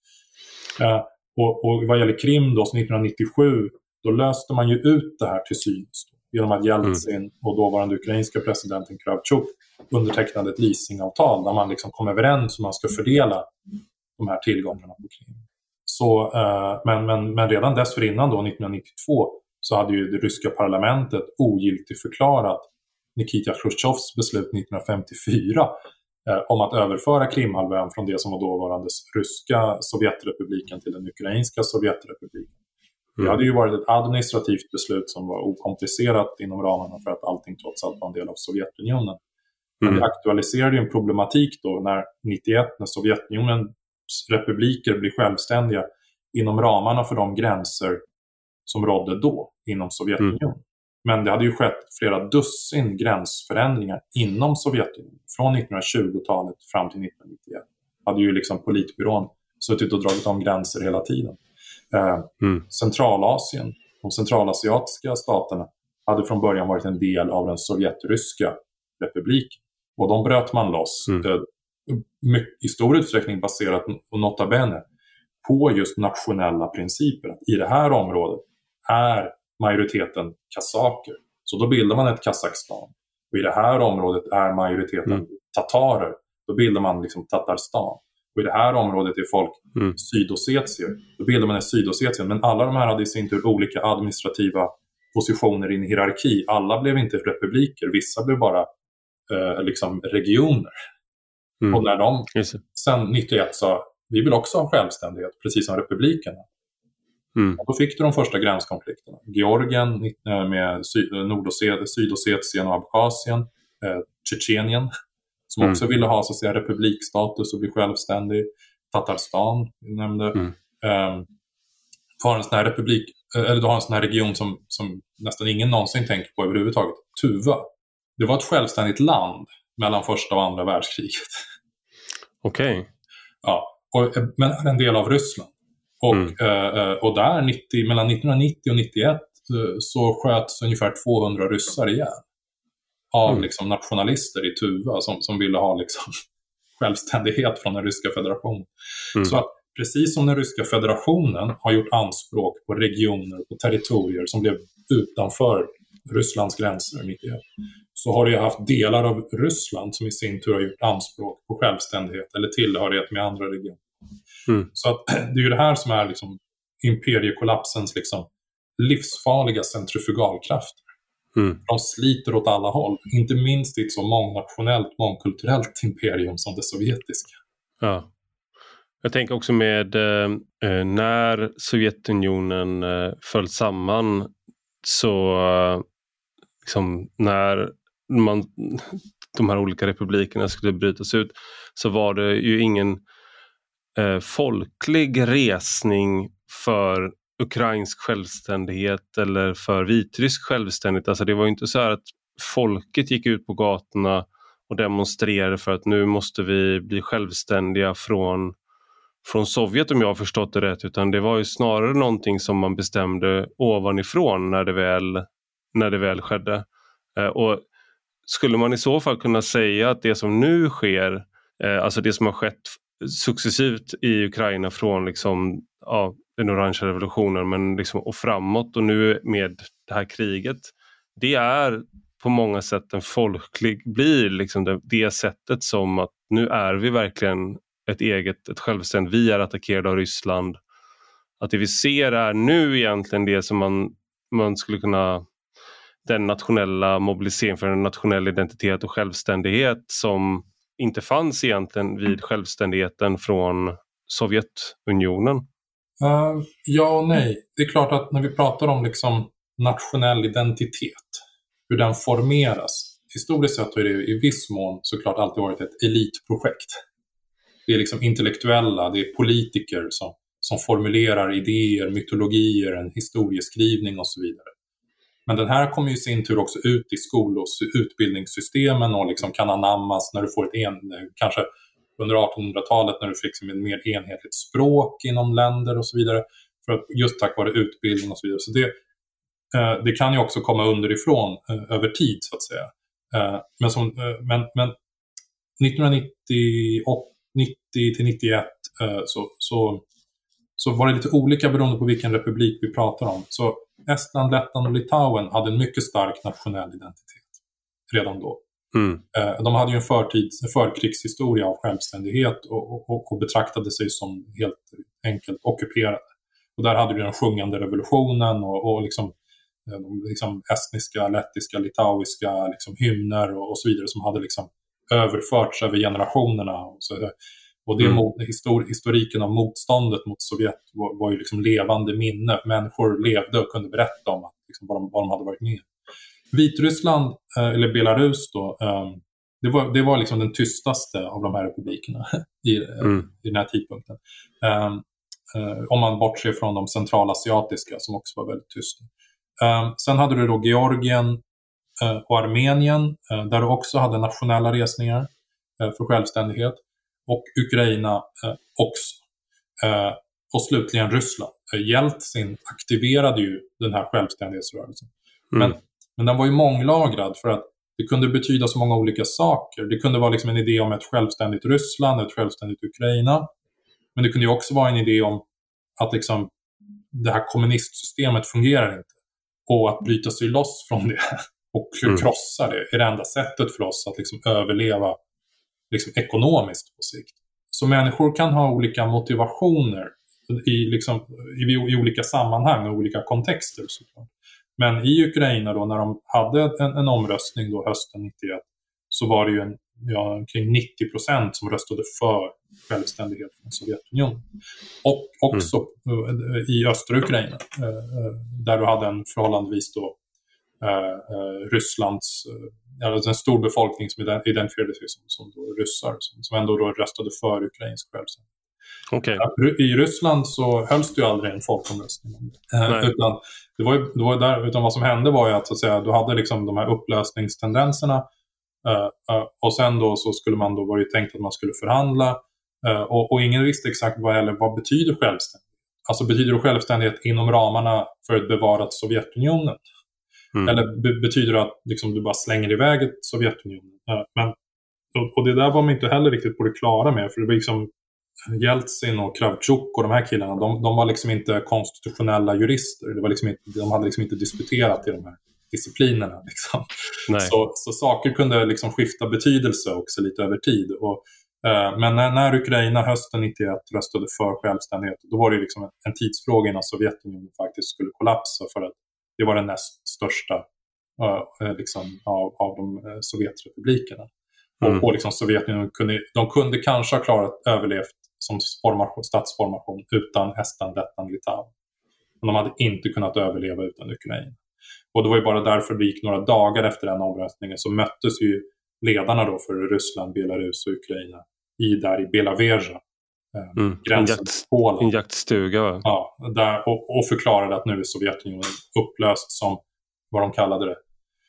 Uh, och, och vad gäller Krim då, så nittonhundranittiosju, då löste man ju ut det här till synes genom att Jeltsin mm. och dåvarande ukrainska presidenten Kravchuk undertecknade ett leasingavtal där man liksom kom överens om man ska fördela de här tillgångarna på Krim. Så, uh, men, men, men redan dessförinnan då, nittonhundranittiotvå, så hade ju det ryska parlamentet ogiltigt förklarat Nikita Khrushchevs beslut nittonhundrafemtiofyra eh, om att överföra Krimhalvön från det som var dåvarande ryska Sovjetrepubliken till den ukrainska Sovjetrepubliken. Mm. Det hade ju varit ett administrativt beslut som var okomplicerat inom ramarna för att allting trots allt var en del av Sovjetunionen. Men mm. det aktualiserade ju en problematik då när nittioett, när Sovjetunionens republiker blir självständiga inom ramarna för de gränser som rådde då inom Sovjetunionen. Mm. Men det hade ju skett flera dussin gränsförändringar inom Sovjetunionen från nittonhundratjugotalet fram till nittonhundranittioett. Hade ju liksom politbyrån suttit och dragit om gränser hela tiden. Eh, mm. Centralasien, de centralasiatiska staterna, hade från början varit en del av den sovjetryska republiken. Och de bröt man loss mm. eh, i stor utsträckning baserat och nota bene på just nationella principer. Att i det här området är majoriteten kazaker. Så då bildar man ett Kazakstan. Och i det här området är majoriteten mm. tatarer. Då bildar man liksom Tatarstan. Och i det här området är folk mm. sydossetier. Då bildar man ett Sydossetien. Men alla de här hade i sin tur olika administrativa positioner i en hierarki. Alla blev inte republiker. Vissa blev bara eh, liksom regioner. Mm. Och när de sen nittioett sa vi vill också ha självständighet, precis som republikerna. Mm. Och då fick du de första gränskonflikterna. Georgien med Nordossetien, Sydossetien och Abkhazien, eh, Tjetjenien som mm. också ville ha så att säga republikstatus och bli självständig. Tatarstan nämnde. Mm. Um, har en sån här republik, eller du har en sån här region som, som nästan ingen någonsin tänker på överhuvudtaget. Tuva. Det var ett självständigt land mellan första och andra världskriget. Okej. Okay. Ja, och, men är en del av Ryssland. Och, mm. eh, och där nittio, mellan nittonhundranittio och nittioett eh, så sköts ungefär tvåhundra ryssar igen. Av mm. liksom, nationalister i Tuva som, som ville ha liksom, självständighet från den ryska federationen. Mm. Så att precis som den ryska federationen har gjort anspråk på regioner och territorier som blev utanför Rysslands gränser nittioett, så har det ju haft delar av Ryssland som i sin tur har gjort anspråk på självständighet eller tillhörighet med andra regioner. Mm. Så att det är ju det här som är liksom imperiekollapsens liksom livsfarliga centrifugalkrafter. Mm. De sliter åt alla håll, inte minst i ett så mångnationellt, mångkulturellt imperium som det sovjetiska. Ja. Jag tänker också med eh, när Sovjetunionen eh, föll samman, så eh, liksom, när man, de här olika republikerna skulle brytas ut, så var det ju ingen eh, folklig resning för ukrainsk självständighet eller för vitrysk självständighet. Alltså det var ju inte så här att folket gick ut på gatorna och demonstrerade för att nu måste vi bli självständiga från från Sovjet, om jag har förstått det rätt, utan det var ju snarare någonting som man bestämde ovanifrån när det väl, när det väl skedde. Eh, och skulle man i så fall kunna säga att det som nu sker, eh, alltså det som har skett successivt i Ukraina från liksom, ja, den orangea revolutionen men liksom, och framåt och nu med det här kriget, det är på många sätt en folklig, blir liksom det, det sättet som att nu är vi verkligen ett eget, ett självständigt, vi är attackerade av Ryssland. Att det vi ser är nu egentligen det som man, man skulle kunna, den nationella mobilisering för en nationell identitet och självständighet som inte fanns egentligen vid självständigheten från Sovjetunionen. Uh, ja och nej. Det är klart att när vi pratar om liksom nationell identitet, hur den formeras, historiskt sett har det i viss mån såklart alltid varit ett elitprojekt. Det är liksom intellektuella, det är politiker som, som formulerar idéer, mytologier, en historieskrivning och så vidare. Men den här kommer ju i sin tur också ut i skol- och utbildningssystemen och liksom kan anammas när du får ett en, kanske under artonhundratalet när du fick liksom ett mer enhetligt språk inom länder och så vidare. För att just tack vare utbildning och så vidare. Så det, det kan ju också komma underifrån över tid så att säga. Men, som, men, men nittonhundranittioåtta nittio till nittioett så, så, så var det lite olika beroende på vilken republik vi pratar om. Så Estland, Lettland och Litauen hade en mycket stark nationell identitet redan då. Mm. De hade ju en förtids, en förkrigshistoria av självständighet och, och, och betraktade sig som helt enkelt ockuperade. Och där hade du den sjungande revolutionen och, och liksom de liksom estniska, lettiska, litauiska liksom hymner och, och så vidare som hade liksom överförts över generationerna. Och, så, och det mm. mot, histor, historiken av motståndet mot Sovjet var, var ju liksom levande minne. Människor levde och kunde berätta om liksom, vad, de, vad de hade varit med. Vitryssland, eller Belarus då, det var, det var liksom den tystaste av de här republikerna i, mm. i den här tidpunkten. Um, uh, om man bortser från de centralasiatiska som också var väldigt tysta. Um, sen hade du då Georgien uh, och Armenien uh, där du också hade nationella resningar uh, för självständighet. Och Ukraina uh, också. Uh, och slutligen Ryssland. Uh, Jeltsin aktiverade ju den här självständighetsrörelsen. Mm. Men, men den var ju månglagrad för att det kunde betyda så många olika saker. Det kunde vara liksom en idé om ett självständigt Ryssland, ett självständigt Ukraina. Men det kunde ju också vara en idé om att liksom det här kommunistsystemet fungerar inte. Och att bryta sig loss från det och mm. krossa det är det enda sättet för oss att liksom överleva liksom ekonomiskt på sikt. Så människor kan ha olika motivationer i, liksom, i, i olika sammanhang och olika kontexter såklart. Men i Ukraina då, när de hade en, en omröstning då hösten nittioett, så var det ju en, ja, kring nittio procent som röstade för självständighet från Sovjetunionen. Och också mm. i östra Ukraina, där du hade en förhållandevis då eh, Rysslands, alltså en stor befolkning som identifierade sig som, som då ryssar, som, som ändå då röstade för ukrainsk självständighet. Okay. I Ryssland så hölls det ju aldrig en folkomröstning om det. Utan, det var ju, det var där, utan vad som hände var ju att, så att säga, du hade liksom de här upplösningstendenserna uh, uh, och sen då så skulle man då, var det tänkt att man skulle förhandla uh, och, och ingen visste exakt vad, eller vad betyder självständighet. Alltså betyder det självständighet inom ramarna för ett bevarat Sovjetunionen? Mm. Eller be- betyder det att liksom, du bara slänger iväg ett Sovjetunionen? Uh, men, och, och det där var man inte heller riktigt på det klara med, för det var liksom Jeltsin och Kravchuk och de här killarna, de, de var liksom inte konstitutionella jurister. Det var liksom inte, de hade liksom inte disputerat i de här disciplinerna. Liksom. Så, så saker kunde liksom skifta betydelse också lite över tid. Och, eh, men när, när Ukraina hösten nittioett röstade för självständighet, då var det liksom en, en tidsfråga innan Sovjetunionen faktiskt skulle kollapsa, för att det var den näst största eh, liksom, av, av de eh, Sovjetrepublikerna. Mm. Och, och liksom Sovjetunionen kunde, de kunde kanske ha klarat överlevt som formation, statsformation utan Estland, Lettland, Litauen. Men de hade inte kunnat överleva utan Ukraina. Och det var ju bara därför det gick några dagar efter den omröstningen så möttes ju ledarna då för Ryssland, Belarus och Ukraina i där i Belaveja, eh, mm. gränsen en, jakt, till Polen. En jaktstuga, va? Ja, där, och, och förklarade att nu är Sovjetunionen upplöst som vad de kallade det,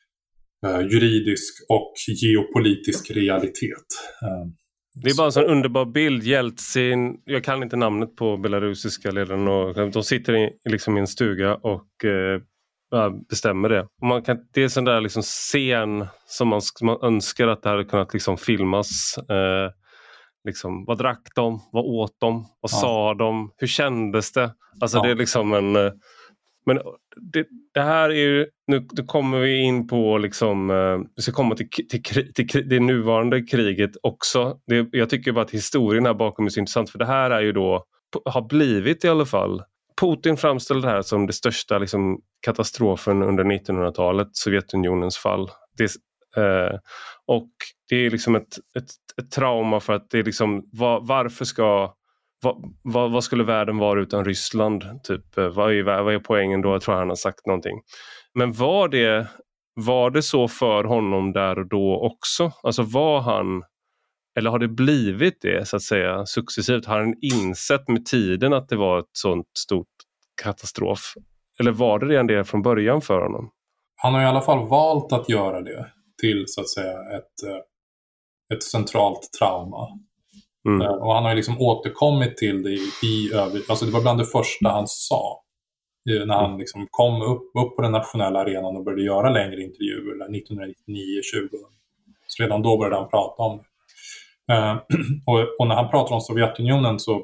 eh, juridisk och geopolitisk realitet. Eh, Det är bara en sån underbar bild. Jeltsin, jag kan inte namnet på belarusiska ledaren, och de sitter i, liksom i en stuga och eh, bestämmer det. Och man kan, det är en sån där liksom scen som man, man önskar att det hade kunnat liksom filmas. Eh, liksom, vad drack de? Vad åt de? Vad ja. sa de? Hur kändes det? Alltså ja. det är liksom en... Eh, men det, det här är ju, nu, nu kommer vi in på liksom, eh, vi ska komma till, till, till, till det nuvarande kriget också. Det, jag tycker bara att historien här bakom är så intressant, för det här är ju då, har blivit i alla fall, Putin framställer det här som det största liksom, katastrofen under nittonhundratalet, Sovjetunionens fall. Det, eh, och det är liksom ett, ett, ett trauma, för att det är liksom, var, varför ska... Vad, vad, vad skulle världen vara utan Ryssland? Typ, vad, är, vad är poängen då? Jag tror han har sagt någonting. Men var det, var det så för honom där och då också? Alltså var han, eller har det blivit det så att säga successivt? Har han insett med tiden att det var ett sånt stort katastrof? Eller var det redan det från början för honom? Han har i alla fall valt att göra det till så att säga ett, ett centralt trauma. Mm. Och han har ju liksom återkommit till det i, i över... Alltså det var bland det första han sa. När han liksom kom upp, upp på den nationella arenan och började göra längre intervjuer nittonhundranittionio tjugo. Så redan då började han prata om det. Uh, och, och när han pratar om Sovjetunionen så,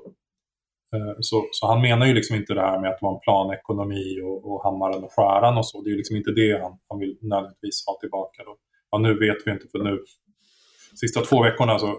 uh, så, så han menar ju liksom inte det här med att det var en planekonomi och, och hammaren och skäran och så. Det är ju liksom inte det han, han vill nödvändigtvis ha tillbaka då. Ja, nu vet vi inte, för nu sista två veckorna så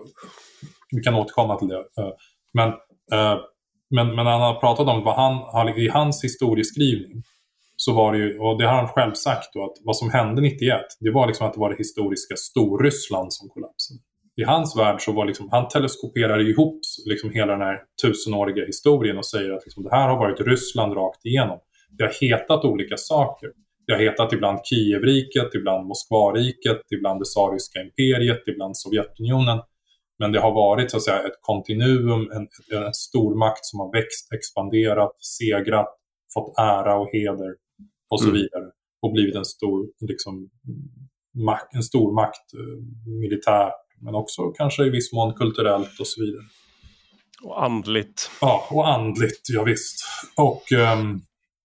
vi kan återkomma till det. Men, men, men när han har pratat om vad han, i hans historieskrivning så var det ju, och det har han själv sagt då, att vad som hände nittioett, det var liksom att det var det historiska Storryssland som kollapsade. I hans värld så var liksom, han teleskoperar ihop liksom hela den här tusenåriga historien och säger att liksom, det här har varit Ryssland rakt igenom. Det har hetat olika saker. Det har hetat ibland Kievriket, ibland Moskvariket, ibland det tsariska imperiet, ibland Sovjetunionen. Men det har varit så att säga ett kontinuum, en, en stormakt som har växt, expanderat, segrat, fått ära och heder och så vidare. Och blivit en stor, liksom, makt, en stor makt militärt, men också kanske i viss mån kulturellt och så vidare. Och andligt. Ja, och andligt, ja visst. Och um,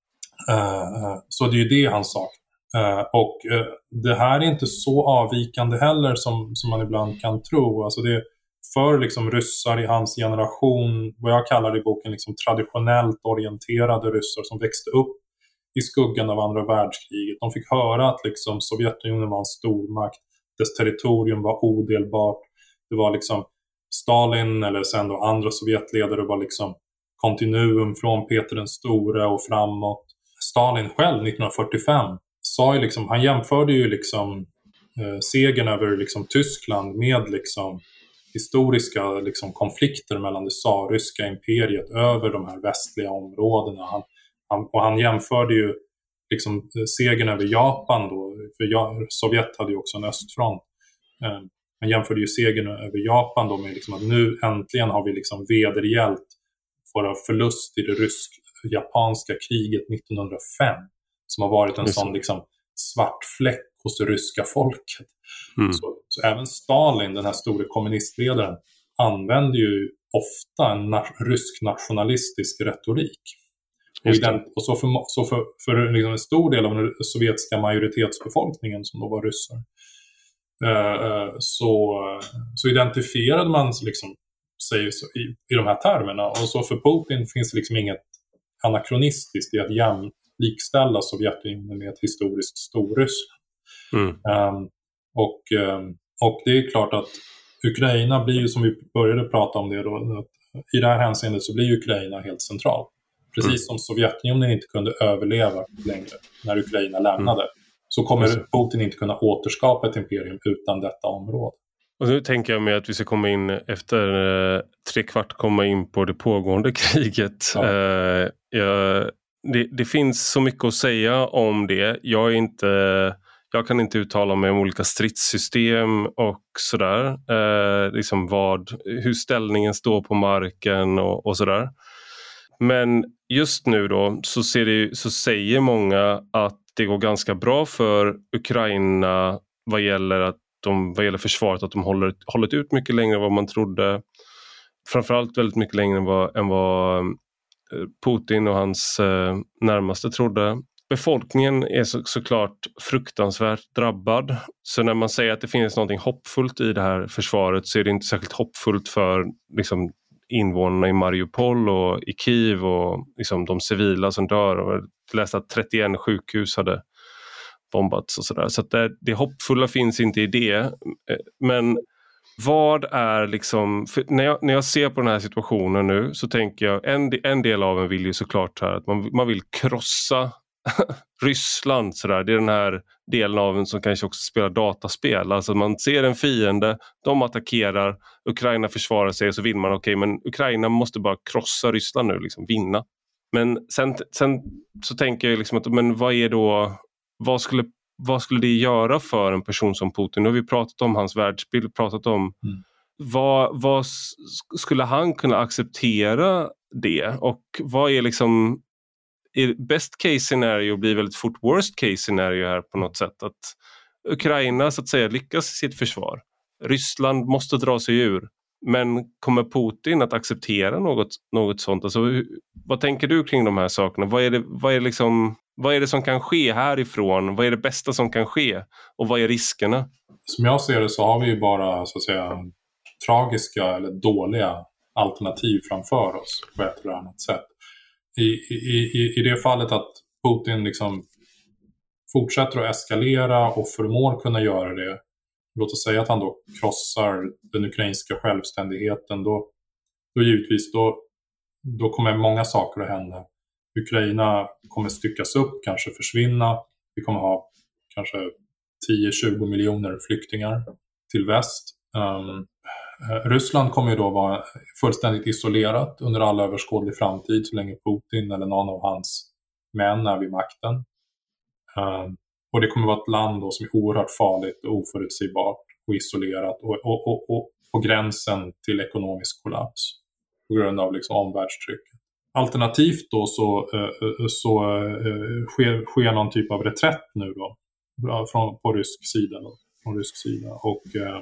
uh, så det är ju det han saknar. Uh, och uh, det här är inte så avvikande heller som, som man ibland kan tro. Alltså det för liksom ryssar i hans generation, vad jag kallar i boken liksom traditionellt orienterade ryssar som växte upp i skuggan av andra världskriget. De fick höra att liksom Sovjetunionen var en stormakt, dess territorium var odelbart. Det var liksom Stalin eller sen då andra Sovjetledare var liksom kontinuum från Peter den store och framåt. Stalin själv nittonhundrafyrtiofem sa ju liksom, han jämförde ju liksom eh, segern över liksom Tyskland med liksom historiska liksom konflikter mellan det tsarryska imperiet över de här västliga områdena. Han, han, och han jämförde ju liksom segern över Japan då, för ja, Sovjet hade ju också en östfront. Eh, han jämförde ju segern över Japan då med liksom att nu äntligen har vi liksom vedergällt våra förlust i det rysk-japanska kriget nittonhundrafem, som har varit en Just. sån liksom svart fläck hos det ryska folket. Mm. Så, så även Stalin, den här stora kommunistledaren, använde ju ofta en na- rysk nationalistisk retorik. Och, den, och så för, så för, för liksom en stor del av den sovjetiska majoritetsbefolkningen som då var ryssar, eh, så, så identifierade man liksom sig i, i de här termerna. Och så för Putin finns det liksom inget anakronistiskt i att jäm, likställa Sovjetunionen med ett historiskt Storryssland. Mm. Um, och, um, och det är klart att Ukraina blir ju, som vi började prata om det då, att i det här hänseendet så blir Ukraina helt centralt. Precis mm. som Sovjetunionen inte kunde överleva längre när Ukraina lämnade, mm. så kommer Putin inte kunna återskapa ett imperium utan detta område. Och nu tänker jag mig att vi ska komma in efter eh, tre kvart komma in på det pågående kriget. Ja. Eh, jag, det, det finns så mycket att säga om det. Jag är inte, jag kan inte uttala mig om olika stridssystem och sådär. Eh, liksom vad, hur ställningen står på marken och, och sådär. Men just nu då så, ser det, så säger många att det går ganska bra för Ukraina vad gäller att de, vad gäller försvaret, att de håller, hållit ut mycket längre än vad man trodde. Framförallt väldigt mycket längre än vad, än vad Putin och hans eh, närmaste trodde. Befolkningen är så, såklart fruktansvärt drabbad. Så när man säger att det finns något hoppfullt i det här försvaret så är det inte särskilt hoppfullt för liksom, invånarna i Mariupol och i Kiev och liksom, de civila som dör. Och jag läste att trettioett sjukhus hade bombats och sådär. Så att det, det hoppfulla finns inte i det. Men vad är liksom, för när jag, när jag ser på den här situationen nu så tänker jag, en, en del av en vill ju såklart här att man, man vill krossa Ryssland sådär. Det är den här delen av en som kanske också spelar dataspel. Alltså man ser en fiende, de attackerar, Ukraina försvarar sig och så vill man, okej, okay, men Ukraina måste bara krossa Ryssland nu, liksom vinna. Men sen, sen så tänker jag liksom att, men vad är då, vad skulle Vad skulle det göra för en person som Putin? Nu har vi pratat om hans världsbild, pratat om mm. vad, vad skulle han kunna acceptera det? Och vad är liksom best case scenario blir väldigt fort worst case scenario här på något sätt. Att Ukraina så att säga lyckas i sitt försvar. Ryssland måste dra sig ur. Men kommer Putin att acceptera något, något sånt? Alltså, vad tänker du kring de här sakerna? Vad är det, vad är liksom... Vad är det som kan ske härifrån? Vad är det bästa som kan ske? Och vad är riskerna? Som jag ser det så har vi ju bara så att säga tragiska eller dåliga alternativ framför oss på ett eller annat sätt. I, i, i, i det fallet att Putin liksom fortsätter att eskalera och förmår kunna göra det. Låt oss säga att han då krossar den ukrainska självständigheten. Då, då givetvis då, då kommer många saker att hända. Ukraina kommer styckas upp, kanske försvinna. Vi kommer ha kanske tio till tjugo miljoner flyktingar till väst. Um, Ryssland kommer ju då vara fullständigt isolerat under all överskådlig framtid så länge Putin eller någon av hans män är vid makten. Um, och det kommer vara ett land då som är oerhört farligt och oförutsägbart och isolerat och, och, och, och på gränsen till ekonomisk kollaps på grund av liksom omvärldstrycket. Alternativt då så, så sker, sker någon typ av reträtt nu då från, på rysk sida då, från rysk sida och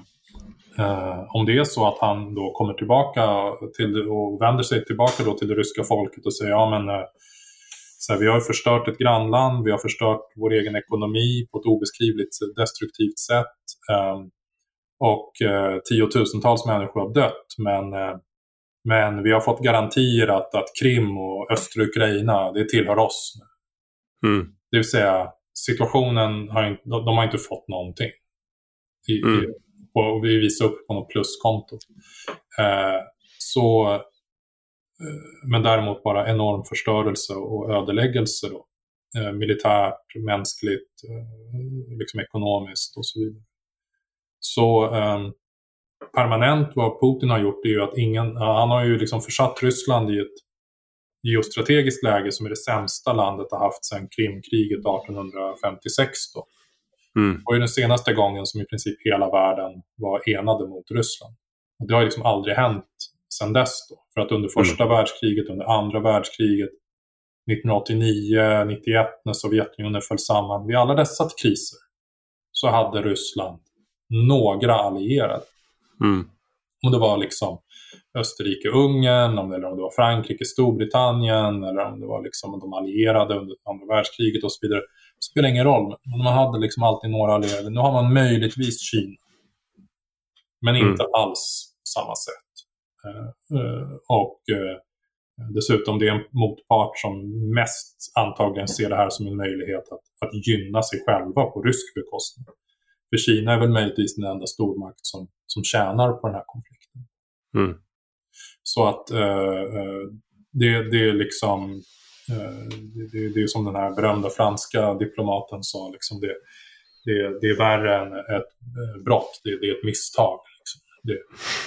eh, om det är så att han då kommer tillbaka till och vänder sig tillbaka då till det ryska folket och säger ja men så här, vi har förstört ett grannland, vi har förstört vår egen ekonomi på ett obeskrivligt destruktivt sätt eh, och eh, tiotusentals människor har dött men eh, Men vi har fått garantier att, att Krim och östra Ukraina, det tillhör oss. Mm. Det vill säga, situationen har inte, de har inte fått någonting. I, mm. i, och vi visar upp på något pluskonto. Eh, så, eh, men däremot bara enorm förstörelse och ödeläggelse då. Eh, militärt, mänskligt, eh, liksom ekonomiskt och så vidare. Så... Eh, permanent vad Putin har gjort är ju att ingen, han har ju liksom försatt Ryssland i ett geostrategiskt läge som är det sämsta landet har haft sedan Krimkriget arton femtiosex då. Mm. Och det är den senaste gången som i princip hela världen var enade mot Ryssland. Och det har ju liksom aldrig hänt sedan dess då. För att under första mm. världskriget, under andra världskriget, nittonhundraåttionio nittioett när Sovjetunionen föll samman, vid alla dessa kriser så hade Ryssland några allierade. Mm. Om det var liksom Österrike, Ungern, om det, eller om det var Frankrike, Storbritannien eller om det var liksom de allierade under andra världskriget och så vidare. Det spelar ingen roll, men man hade liksom alltid några allierade. Nu har man möjligtvis Kina, men inte mm. alls på samma sätt. Uh, uh, och uh, dessutom det är en motpart som mest antagligen ser det här som en möjlighet att, att gynna sig själva på rysk bekostnad. För Kina är väl möjligtvis den enda stormakt som, som tjänar på den här konflikten. Mm. Så att uh, det, det är liksom uh, det, det är som den här berömda franska diplomaten sa liksom det, det, det är värre än ett uh, brott, det, det är ett misstag liksom. det,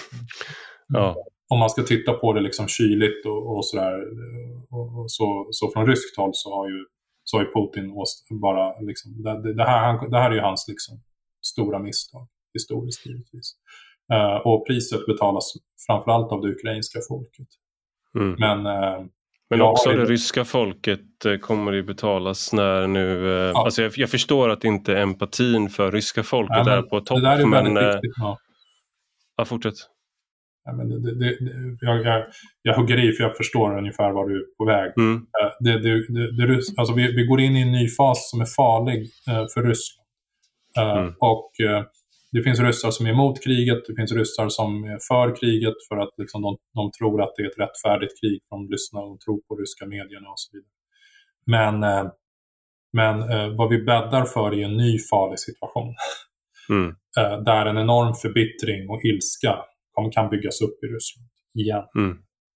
ja. Om man ska titta på det liksom kyligt och, och sådär och, och så, så från ryskt håll så har ju, så har ju Putin bara liksom, det, det, här, det här är ju hans liksom stora misstag historiskt givetvis. Uh, och priset betalas framförallt av det ukrainska folket. Mm. Men, uh, Men också det ryska folket kommer ju betalas när nu... Uh, ja. Alltså jag, jag förstår att inte empatin för ryska folket Nej, är på topp. Det där är men, väldigt viktigt. Ja, ja fortsätt. Ja, men det, det, det, jag, jag, jag hugger i för jag förstår ungefär var du är på väg. Mm. Uh, det, det, det, det, alltså vi, vi går in i en ny fas som är farlig uh, för Ryssland. Uh, mm. Och uh, det finns ryssar som är emot kriget, det finns ryssar som är för kriget för att liksom, de, de tror att det är ett rättfärdigt krig, de lyssnar och tror på ryska medierna och så vidare. Men, uh, men uh, vad vi bäddar för är en ny farlig situation. Mm. Uh, där en enorm förbittring och ilska kan, kan byggas upp i Ryssland igen. Mm.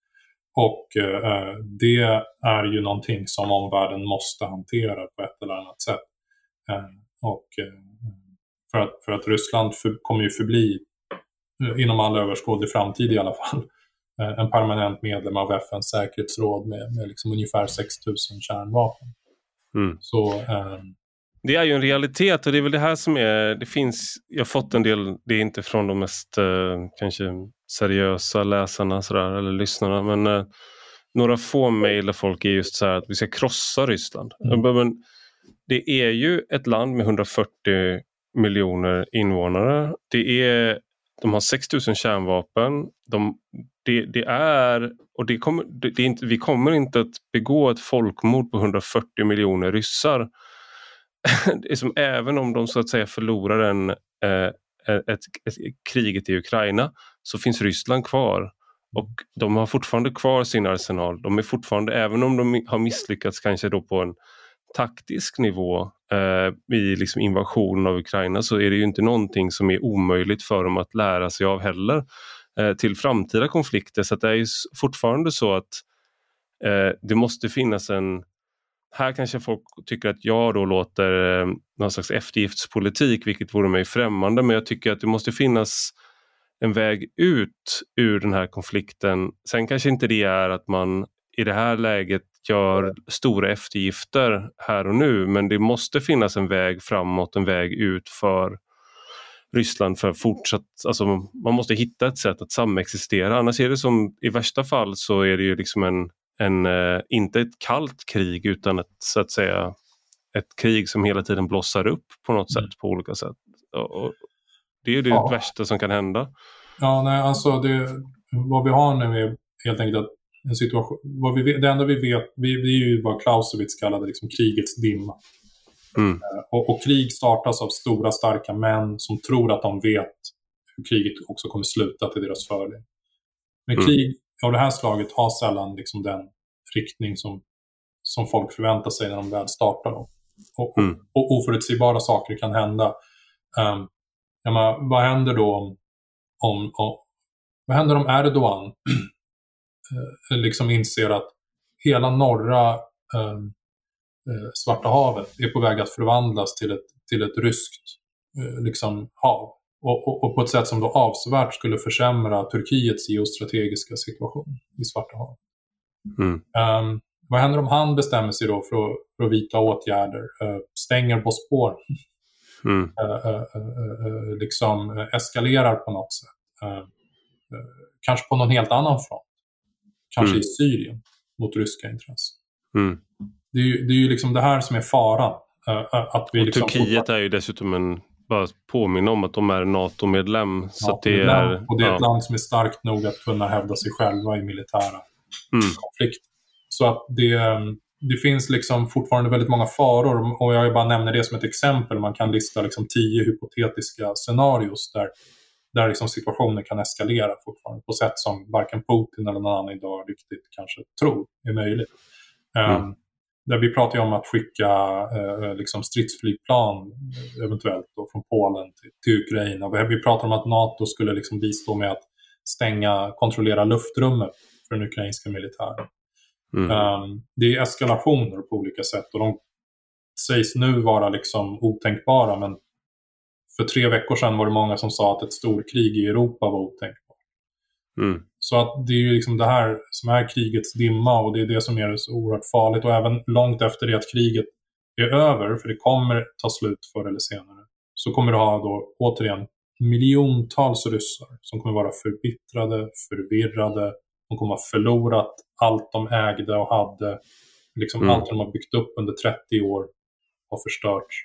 Och uh, det är ju någonting som omvärlden måste hantera på ett eller annat sätt. Uh, och uh, För att, för att Ryssland för, kommer ju förbli, inom all överskådlig framtid i alla fall, en permanent medlem av F N:s säkerhetsråd med, med liksom ungefär sex tusen kärnvapen. Mm. Så, eh, det är ju en realitet och det är väl det här som är, det finns, jag har fått en del, det är inte från de mest eh, kanske seriösa läsarna sådär, eller lyssnarna, men eh, några få mejl där folk är just så här att vi ska krossa Ryssland. Mm. Men det är ju ett land med hundrafyrtio miljoner invånare. Det är, de har sex tusen kärnvapen. De, det, det är, och det kommer, det, det är inte, vi kommer inte att begå ett folkmord på hundrafyrtio miljoner ryssar. Det är som, även om de så att säga förlorar en, eh, ett, ett, ett kriget i Ukraina så finns Ryssland kvar. Och de har fortfarande kvar sin arsenal. De är fortfarande, även om de har misslyckats kanske då på en taktisk nivå eh, i liksom invasionen av Ukraina, så är det ju inte någonting som är omöjligt för dem att lära sig av heller eh, till framtida konflikter. Så att det är ju fortfarande så att Eh, det måste finnas en... Här kanske folk tycker att jag då låter eh, någon slags eftergiftspolitik, vilket vore mig främmande, men jag tycker att det måste finnas en väg ut ur den här konflikten. Sen kanske inte det är att man i det här läget gör stora eftergifter här och nu, men det måste finnas en väg framåt, en väg ut för Ryssland för fortsatt, alltså man måste hitta ett sätt att samexistera, annars är det som i värsta fall så är det ju liksom en, en eh, inte ett kallt krig utan ett, så att säga, ett krig som hela tiden blossar upp på något mm. sätt, på olika sätt. Och, och det är ju det ja. värsta som kan hända. Ja, nej, alltså det, vad vi har nu är helt enkelt att en situation, vad vi vet, det enda vi vet, vi, vi är ju vad Clausewitz kallade liksom krigets dimma. Mm. Och, och krig startas av stora starka män som tror att de vet hur kriget också kommer sluta till deras fördel. Men mm. krig av det här slaget har sällan liksom den riktning som, som folk förväntar sig när de väl startar dem. Och, mm. och, och oförutsägbara saker kan hända. Um, ja, men, vad händer då om, om, om vad händer om Erdogan liksom inser att hela norra um, Svarta havet är på väg att förvandlas till ett, till ett ryskt liksom, hav. Och, och, och på ett sätt som då avsevärt skulle försämra Turkiets geostrategiska situation i Svarta havet. Mm. Um, vad händer om han bestämmer sig då för att, för att vidta åtgärder? Uh, stänger Bospor? Mm. Uh, uh, uh, uh, liksom eskalerar på något sätt. Uh, uh, kanske på någon helt annan front. Kanske mm. i Syrien mot ryska intressen. Mm. Det är, ju, det är ju liksom det här som är faran. Uh, att vi och liksom Turkiet är ju dessutom en, bara påminna om att de är NATO-medlem. Så ja, att det är, och det är ja. ett land som är starkt nog att kunna hävda sig själva i militära mm. konflikter. Så att det, det finns liksom fortfarande väldigt många faror. Och jag bara nämner det som ett exempel. Man kan lista liksom tio hypotetiska scenarios där, där liksom situationen kan eskalera fortfarande. På sätt som varken Putin eller någon annan idag riktigt kanske tror är möjligt. Mm. Um, Där vi pratar ju om att skicka eh, liksom stridsflygplan eventuellt då, från Polen till, till Ukraina. Vi pratar om att NATO skulle liksom bistå med att stänga, kontrollera luftrummet för den ukrainska militären. Mm. Um, det är eskalationer på olika sätt och de sägs nu vara liksom otänkbara, men för tre veckor sedan var det många som sa att ett storkrig i Europa var otänkbart. Mm. Så att det är ju liksom det här som är krigets dimma och det är det som är det så oerhört farligt. Och även långt efter det att kriget är över, för det kommer ta slut förr eller senare, så kommer det ha då återigen miljontals ryssar som kommer vara förbittrade, förvirrade. De kommer ha förlorat allt de ägde och hade. Liksom mm. allt de har byggt upp under trettio år har förstörts.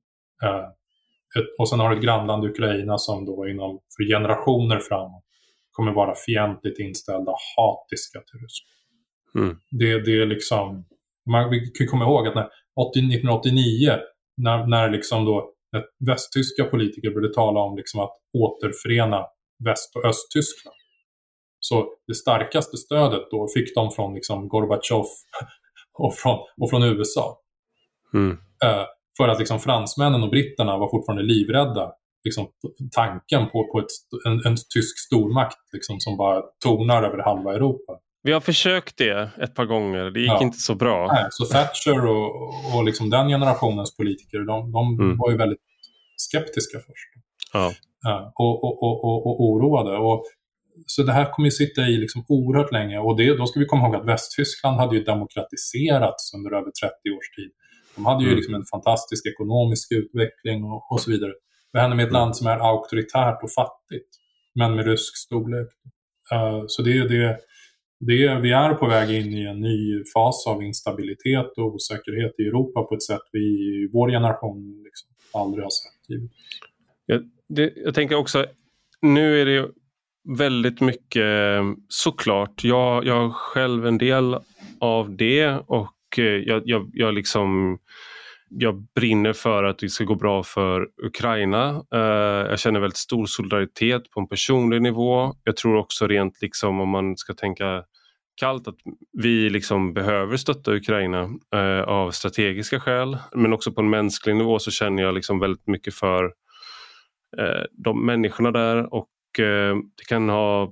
Eh, ett, och sen har du ett grannland Ukraina som då inom för generationer framåt kommer vara fientligt inställda, hatiska till Ryssland. Mm. Det, det är liksom, man vi kan komma ihåg att när nittonhundraåttionio, när, när liksom då när västtyska politiker började tala om liksom att återförena Väst- och Östtyskland, så det starkaste stödet då fick de från liksom Gorbachev och från, och från U S A. Mm. Uh, för att liksom fransmännen och britterna var fortfarande livrädda liksom tanken på, på ett, en, en tysk stormakt liksom, som bara tonar över halva Europa. Vi har försökt det ett par gånger. Det gick ja. inte så bra. Nej, så Thatcher och, och liksom den generationens politiker, de, de mm. var ju väldigt skeptiska först. Ja. Ja, och, och, och, och, och oroade. Och, så det här kommer ju sitta i liksom oerhört länge. Och det, då ska vi komma ihåg att Västtyskland hade ju demokratiserats under över trettio års tid. De hade ju mm. liksom en fantastisk ekonomisk utveckling och, och så vidare. Det händer med ett land som är auktoritärt och fattigt, men med rysk storlek. Uh, så det är det, det, vi är på väg in i en ny fas av instabilitet och osäkerhet i Europa på ett sätt vi i vår generation liksom aldrig har sett. Jag, det, jag tänker också, nu är det väldigt mycket såklart. Jag, jag är själv en del av det och jag, jag, jag liksom... Jag brinner för att det ska gå bra för Ukraina. Uh, jag känner väldigt stor solidaritet på en personlig nivå. Jag tror också rent liksom, om man ska tänka kallt, att vi liksom behöver stötta Ukraina uh, av strategiska skäl. Men också på en mänsklig nivå så känner jag liksom väldigt mycket för uh, de människorna där. Och uh, det kan ha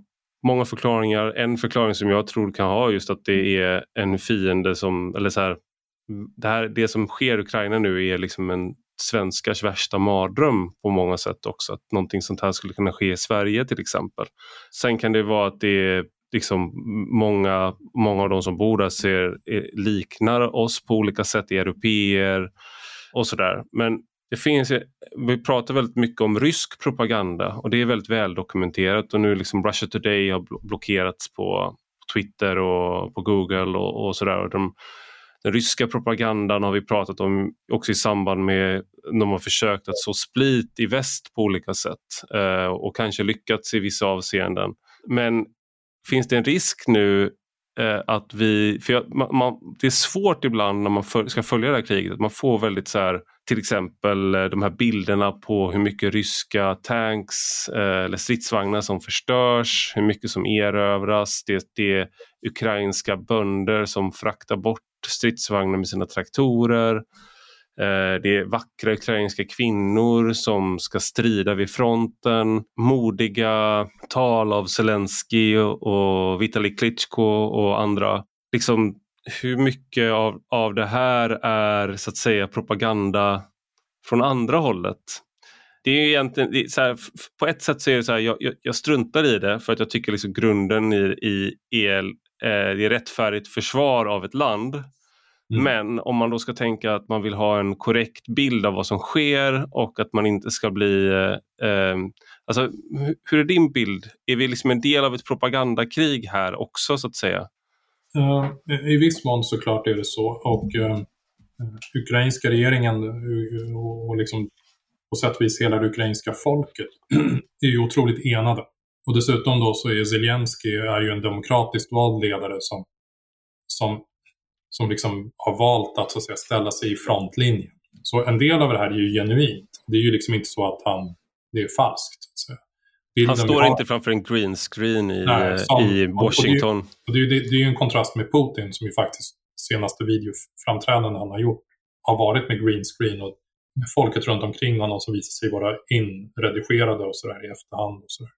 många förklaringar. En förklaring som jag tror kan ha just att det är en fiende som, eller så här, det, här, det som sker i Ukraina nu är liksom en svenskars värsta mardröm på många sätt också. Att någonting sånt här skulle kunna ske i Sverige till exempel. Sen kan det vara att det är liksom många, många av de som bor där ser, liknar oss på olika sätt, är europeer och sådär. Men det finns, vi pratar väldigt mycket om rysk propaganda och det är väldigt väl dokumenterat, och nu liksom Russia Today har blockerats på Twitter och på Google och, och sådär. Och de, den ryska propagandan har vi pratat om också i samband med när de har försökt att så split i väst på olika sätt eh, och kanske lyckats i vissa avseenden. Men finns det en risk nu eh, att vi, för jag, man, man, det är svårt ibland när man för, ska följa det här kriget, att man får väldigt så här, till exempel de här bilderna på hur mycket ryska tanks eh, eller stridsvagnar som förstörs, hur mycket som erövras, det, det är ukrainska bönder som fraktar bort stridsvagnar med sina traktorer, eh, det är vackra ukrainska kvinnor som ska strida vid fronten, modiga tal av Zelensky och, och Vitali Klitschko och andra. Liksom, hur mycket av, av det här är så att säga propaganda från andra hållet? Det är ju egentligen, det är så här, på ett sätt så är det så här, jag, jag, jag struntar i det för att jag tycker liksom grunden i, i el, eh, det är rättfärdigt försvar av ett land. Mm. Men om man då ska tänka att man vill ha en korrekt bild av vad som sker och att man inte ska bli eh, eh, alltså hur är din bild? Är vi liksom en del av ett propagandakrig här också så att säga? Uh, I viss mån såklart är det så, och uh, ukrainska regeringen uh, och, och liksom på sätt och vis hela det ukrainska folket är ju otroligt enade. Och dessutom då så är Zelensky är ju en demokratiskt vald ledare som, som, som liksom har valt att, så att säga, ställa sig i frontlinjen. Så en del av det här är ju genuint. Det är ju liksom inte så att han, det är falskt så att säga. Han står har... inte framför en green screen i, Nej, som, i Washington. Och det, är, och det, är, det är ju en kontrast med Putin som ju faktiskt senaste videoframträdanden han har gjort har varit med green screen och med folket runt omkring honom som visar sig vara inredigerade och sådär i efterhand och sådär.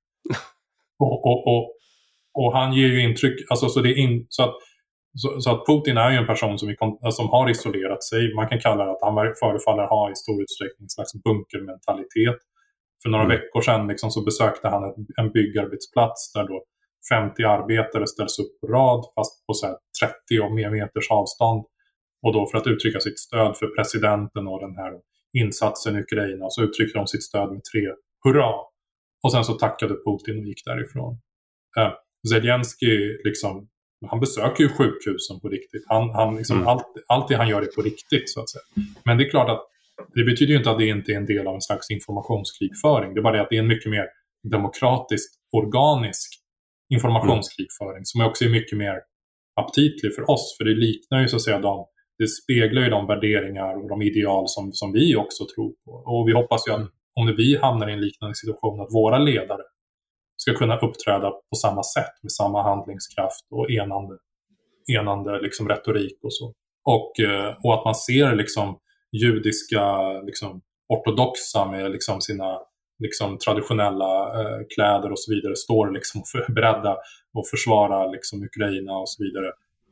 och, och, och, och han ger ju intryck, alltså så det är in, så att så, så att Putin är ju en person som, vi, som har isolerat sig. Man kan kalla det att han förefaller ha i stor utsträckning en slags bunkermentalitet. För några mm. veckor sedan liksom, så besökte han en byggarbetsplats där då femtio arbetare ställs upp på rad fast på så här trettio och mer meters avstånd. Och då för att uttrycka sitt stöd för presidenten och den här insatsen i Ukraina så uttryckte de sitt stöd med tre hurra. Och sen så tackade Putin och gick därifrån. Eh, Zelensky liksom, han besöker ju sjukhusen på riktigt. Han, han liksom, mm. allt, allt det han gör är på riktigt så att säga. Men det är klart att det betyder ju inte att det inte är en del av en slags informationskrigföring. Det är bara det att det är en mycket mer demokratisk, organisk informationskrigföring mm. som också är mycket mer aptitlig för oss. För det liknar ju så att säga de, det speglar ju de värderingar och de ideal som, som vi också tror på. Och vi hoppas ju att om det vi hamnar i en liknande situation att våra ledare ska kunna uppträda på samma sätt med samma handlingskraft och enande, enande liksom retorik och så. Och, och att man ser liksom judiska liksom, ortodoxa med liksom, sina liksom, traditionella eh, kläder och så vidare står liksom, för, beredda att försvara liksom, Ukraina och så vidare.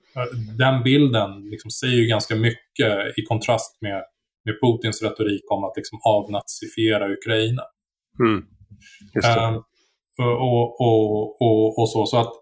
Den bilden liksom, säger ju ganska mycket i kontrast med, med Putins retorik om att liksom, avnazifiera Ukraina. Mm. Just det. Um, och, och, och, och så, så att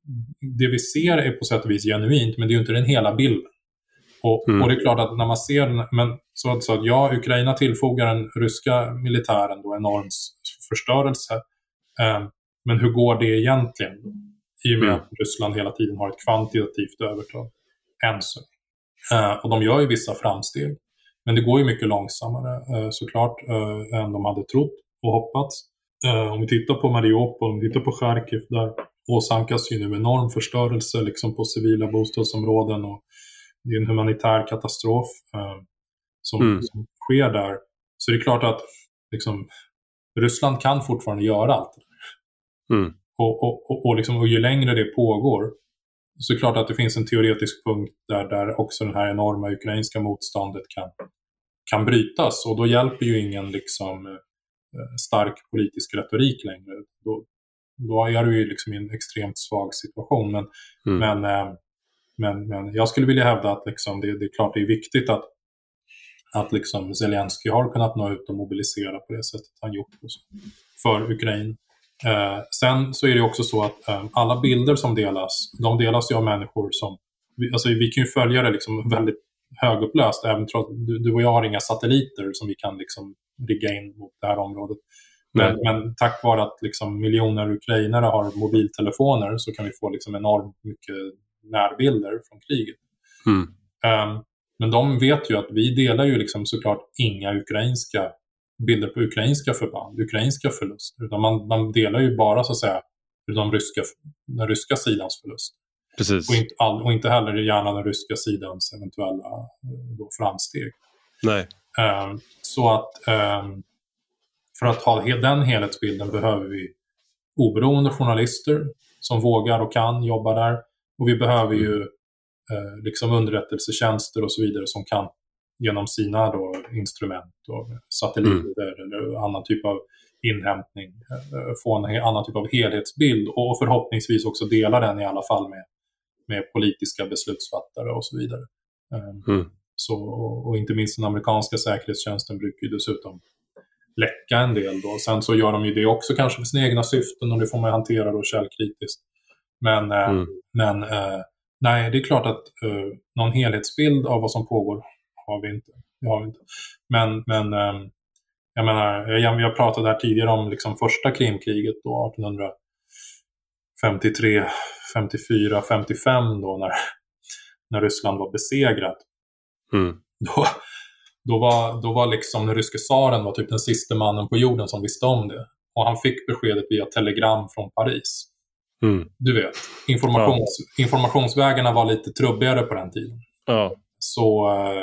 det vi ser är på sätt och vis genuint, men det är ju inte den hela bilden. Och, mm. och det är klart att när man ser, men så att, så att ja, Ukraina tillfogar den ryska militären då enorm förstörelse. Eh, men hur går det egentligen? I och med mm. att Ryssland hela tiden har ett kvantitativt övertag. Än så. Eh, och de gör ju vissa framsteg. Men det går ju mycket långsammare eh, såklart eh, än de hade trott och hoppats. Eh, om vi tittar på Mariupol, om vi tittar på Charkiv, där åsamkas ju nu enorm förstörelse liksom på civila bostadsområden och det är en humanitär katastrof eh, som, mm. som sker där. Så det är klart att liksom, Ryssland kan fortfarande göra allt. Mm. Och, och, och, och, liksom, och ju längre det pågår så är det klart att det finns en teoretisk punkt där, där också det här enorma ukrainska motståndet kan, kan brytas. Och då hjälper ju ingen liksom, stark politisk retorik längre. Då, då är du ju liksom i en extremt svag situation. Men, mm. men, eh, men, men jag skulle vilja hävda att liksom det, det är klart det är viktigt att, att liksom Zelensky har kunnat nå ut och mobilisera på det sättet han gjort för Ukraina. Eh, sen så är det också så att eh, alla bilder som delas, de delas ju av människor som, alltså vi kan ju följa det liksom väldigt högupplöst, även trots du, du och jag har inga satelliter som vi kan liksom rigga in mot det här området. Men, men tack vare att liksom miljoner ukrainare har mobiltelefoner så kan vi få liksom enormt mycket närbilder från kriget. Mm. Um, men de vet ju att vi delar ju liksom såklart inga ukrainska bilder på ukrainska förband, ukrainska förluster. Utan man, man delar ju bara så att säga de ryska, den ryska sidans förlust. Precis. Och inte, all, och inte heller gärna den ryska sidans eventuella då, framsteg. Nej. Um, så att um, för att ha den helhetsbilden behöver vi oberoende journalister som vågar och kan jobba där. Och vi behöver ju eh, liksom underrättelsetjänster och så vidare som kan genom sina då, instrument och satelliter mm. eller annan typ av inhämtning eh, få en annan typ av helhetsbild och förhoppningsvis också dela den i alla fall med, med politiska beslutsfattare och så vidare. Eh, mm. så, och, och inte minst den amerikanska säkerhetstjänsten brukar ju dessutom läcka en del då. Sen så gör de ju det också kanske för sina egna syften och det får man hantera då källkritiskt. Men, eh, mm. men eh, nej, det är klart att eh, någon helhetsbild av vad som pågår har vi inte. Det har vi inte. Men, men eh, jag menar, jag, vi har pratat här tidigare om liksom första Krimkriget då, arton femtiotre, femtiofyra, femtiofem då när, när Ryssland var besegrat. Mm. Då Då var, då var liksom den ryske tsaren var typ den sista mannen på jorden som visste om det. Och han fick beskedet via telegram från Paris. Mm. Du vet, informations, ja. informationsvägarna var lite trubbigare på den tiden. Ja. Så eh,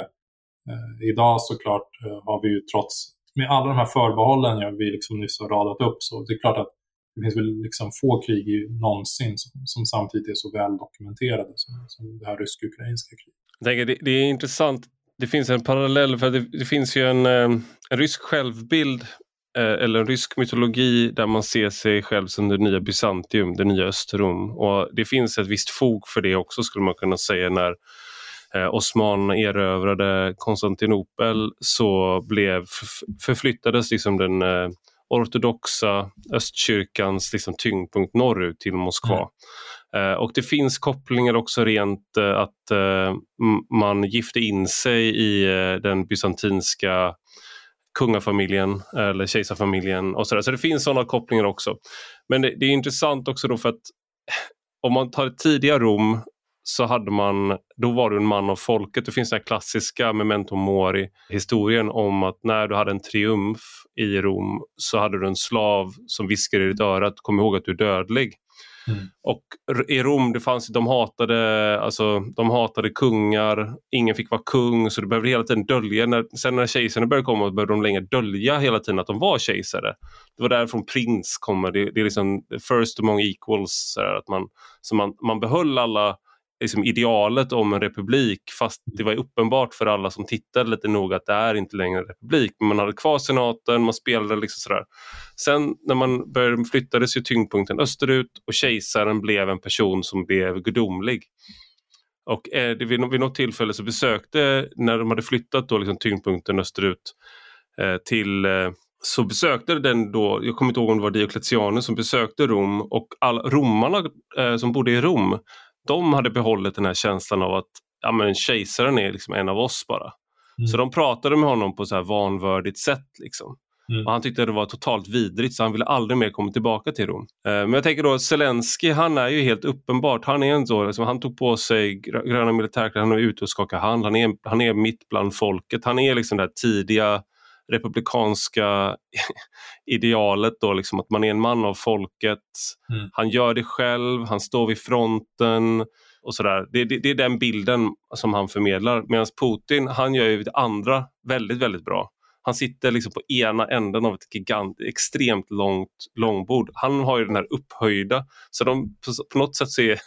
idag såklart eh, har vi ju trots, med alla de här förbehållen jag, vi liksom nyss har radat upp, så det är klart att det finns väl liksom få krig i, någonsin som, som samtidigt är så väl dokumenterade som, som det här rysk-ukrainska kriget. Jag tänker, det, det är intressant. Det finns en parallell för det, det finns ju en, en rysk självbild eh, eller en rysk mytologi där man ser sig själv som det nya Byzantium, det nya Östrom. Och det finns ett visst fog för det också skulle man kunna säga när eh, Osman erövrade Konstantinopel så blev förflyttades liksom den eh, ortodoxa östkyrkans liksom tyngdpunkt norrut till Moskva. Mm. Uh, och det finns kopplingar också rent uh, att uh, m- man gifte in sig i uh, den bysantinska kungafamiljen eller kejsarfamiljen och sådär. Så det finns sådana kopplingar också. Men det, det är intressant också då för att om man tar ett tidiga Rom så hade man, då var du en man av folket. Det finns den här klassiska memento mori historien om att när du hade en triumf i Rom så hade du en slav som viskade i ditt öra att kom ihåg att du är dödlig. Mm. Och i Rom det fanns, de hatade alltså, de hatade kungar, ingen fick vara kung så du behövde hela tiden dölja, när, sen när kejsarna började komma behövde de längre dölja hela tiden att de var kejsare. Det var därifrån prins kommer, det, det är liksom first among equals så där, att man, så man, man behöll alla liksom idealet om en republik fast det var uppenbart för alla som tittade lite noga att det är inte längre en republik, men man hade kvar senaten, man spelade liksom sådär. Sen när man började flyttades ju tyngdpunkten österut och kejsaren blev en person som blev gudomlig. Och eh, det, vid, vid något tillfälle så besökte, när de hade flyttat då liksom tyngdpunkten österut eh, till eh, så besökte den då, jag kommer inte ihåg om det var Diocletianus som besökte Rom och alla romarna eh, som bodde i Rom, de hade behållit den här känslan av att ja, men kejsaren är liksom en av oss bara. Mm. Så de pratade med honom på så här vanvördigt sätt liksom. Mm. Och han tyckte det var totalt vidrigt så han ville aldrig mer komma tillbaka till Rom. Eh, men jag tänker då, Zelensky, han är ju helt uppenbart, han är en så, liksom, han tog på sig gröna militärkläder, han är ute och skakar hand, han är, han är mitt bland folket, han är liksom det här tidiga republikanska idealet då liksom att man är en man av folket. Mm. Han gör det själv, han står vid fronten och sådär. Det, det, det är den bilden som han förmedlar. Medan Putin, han gör ju det andra väldigt, väldigt bra. Han sitter liksom på ena änden av ett gigant, extremt långt långbord. Han har ju den här upphöjda. Så de på, på något sätt ser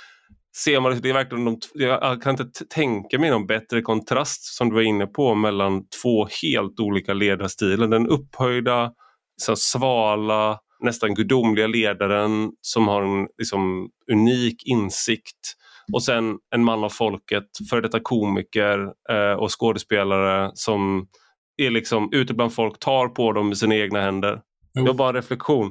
ser man det är verkligen de, jag kan inte tänka mig någon bättre kontrast som du var inne på mellan två helt olika ledarstilar. Den upphöjda, så svala nästan gudomliga ledaren som har en liksom, unik insikt. Och sen en man av folket, för detta komiker eh, och skådespelare som är liksom ute bland folk, tar på dem med sina egna händer. Jo. Det var bara en reflektion.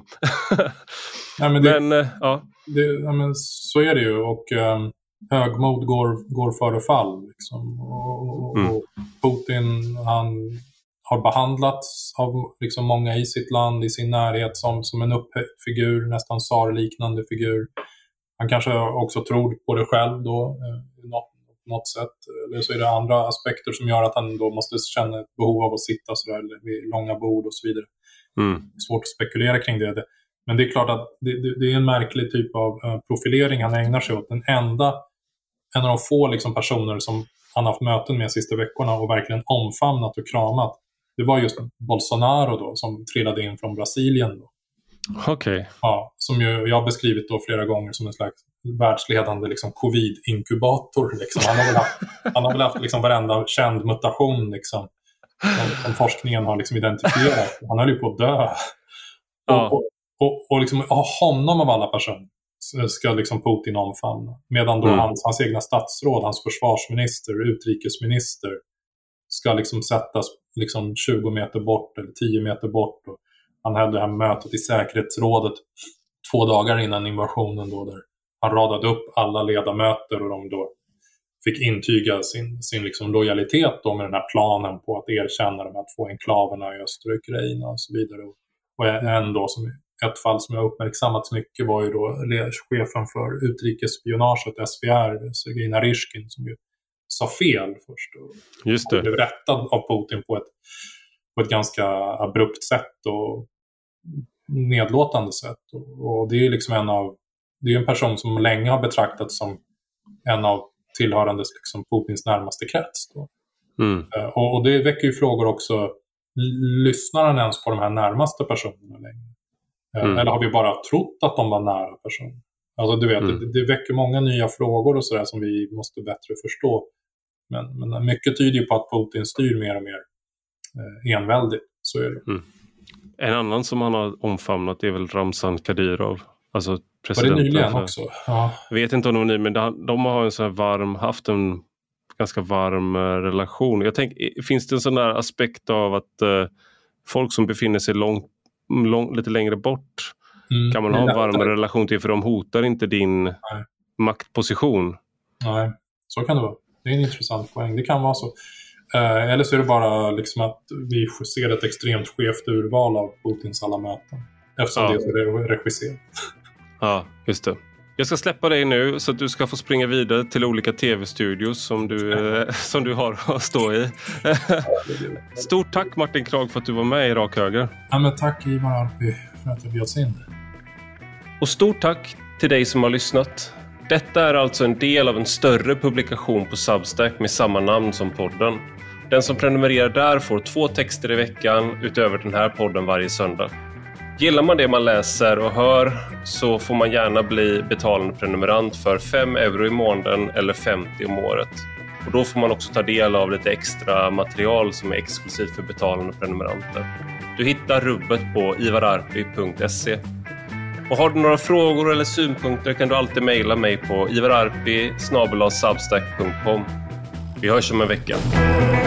Nej, men det, men, eh, ja. det, ja, men så är det ju. Och um, högmod går, går före fall. Liksom. Och, och, mm. och Putin, han har behandlats av liksom, många i sitt land, i sin närhet som, som en upphöjd figur, nästan tsarliknande figur. Han kanske också tror på det själv då, eh, något, något sätt. Eller så är det andra aspekter som gör att han då måste känna ett behov av att sitta så där, vid långa bord och så vidare. Mm. Det är svårt att spekulera kring det. Men det är klart att det, det, det är en märklig typ av uh, profilering han ägnar sig åt. Den enda, en av de få liksom, personer som han haft möten med sista veckorna och verkligen omfamnat och kramat, det var just Bolsonaro då, som trillade in från Brasilien då. Okej. Okay. Ja, som ju, jag har beskrivit då flera gånger som en slags världsledande liksom, covid-inkubator. Liksom. Han har väl haft, han har väl haft liksom, varenda känd mutation liksom, som, som forskningen har liksom, identifierat. Han höll ju på att dö. Ja. Och, och, och, och liksom, honom av alla personer ska liksom, Putin omfamna. Medan då mm. hans, hans egna statsråd, hans försvarsminister, utrikesminister ska liksom, sättas liksom, tjugo meter bort eller tio meter bort. Och han hade det här mötet i säkerhetsrådet två dagar innan invasionen då, där han radade upp alla ledamöter och de då fick intyga sin, sin liksom lojalitet då med den här planen på att erkänna dem, att få enklaverna i östra Ukraina och så vidare. Och en då, som ett fall som jag uppmärksammats mycket var ju då chefen för utrikesspionaget, S V R, Sergej Naryshkin, som ju sa fel först. Och Just det. blev rättad av Putin på ett, på ett ganska abrupt sätt och nedlåtande sätt. Och, och det är liksom en av det är en person som länge har betraktats som en av tillhörandes liksom Putins närmaste krets då. Mm. Och, och det väcker ju frågor också, lyssnar han ens på de här närmaste personerna längre? Mm. Eller har vi bara trott att de var nära personer? Alltså du vet, mm. det, det väcker många nya frågor och sådär som vi måste bättre förstå. Men, men mycket tyder ju på att Putin styr mer och mer eh, enväldigt, så är det. Mm. En annan som han har omfamnat är väl Ramzan Kadyrov. Alltså presidenten. Var det nyligen för, också? Ja. Jag vet inte om de är ny, men de, de har en så här varm, haft en ganska varm uh, relation. Jag tänker, finns det en sån där aspekt av att uh, folk som befinner sig långt, lång, lite längre bort mm, kan man ha en varmare relation till, för de hotar inte din Nej. maktposition. Nej, så kan det vara. Det är en intressant poäng. Det kan vara så. Uh, eller så är det bara liksom att vi ser ett extremt skevt urval av Putins alla möten. Eftersom ja. det är regisserat. Ja, just det. Jag ska släppa dig nu så att du ska få springa vidare till olika tv-studios som du, eh, som du har att stå i. Stort tack Martin Krag för att du var med i Rak Höger. Ja, men tack Ivar Arpi för att jag bjöds in. Och stort tack till dig som har lyssnat. Detta är alltså en del av en större publikation på Substack med samma namn som podden. Den som prenumererar där får två texter i veckan utöver den här podden varje söndag. Gillar man det man läser och hör så får man gärna bli betalande prenumerant för fem euro i månaden eller femtio om året. Och då får man också ta del av lite extra material som är exklusivt för betalande prenumeranter. Du hittar rubbet på ivararpi punkt se. Och har du några frågor eller synpunkter kan du alltid mejla mig på ivararpi snabel-a substack punkt com. Vi hörs om en vecka.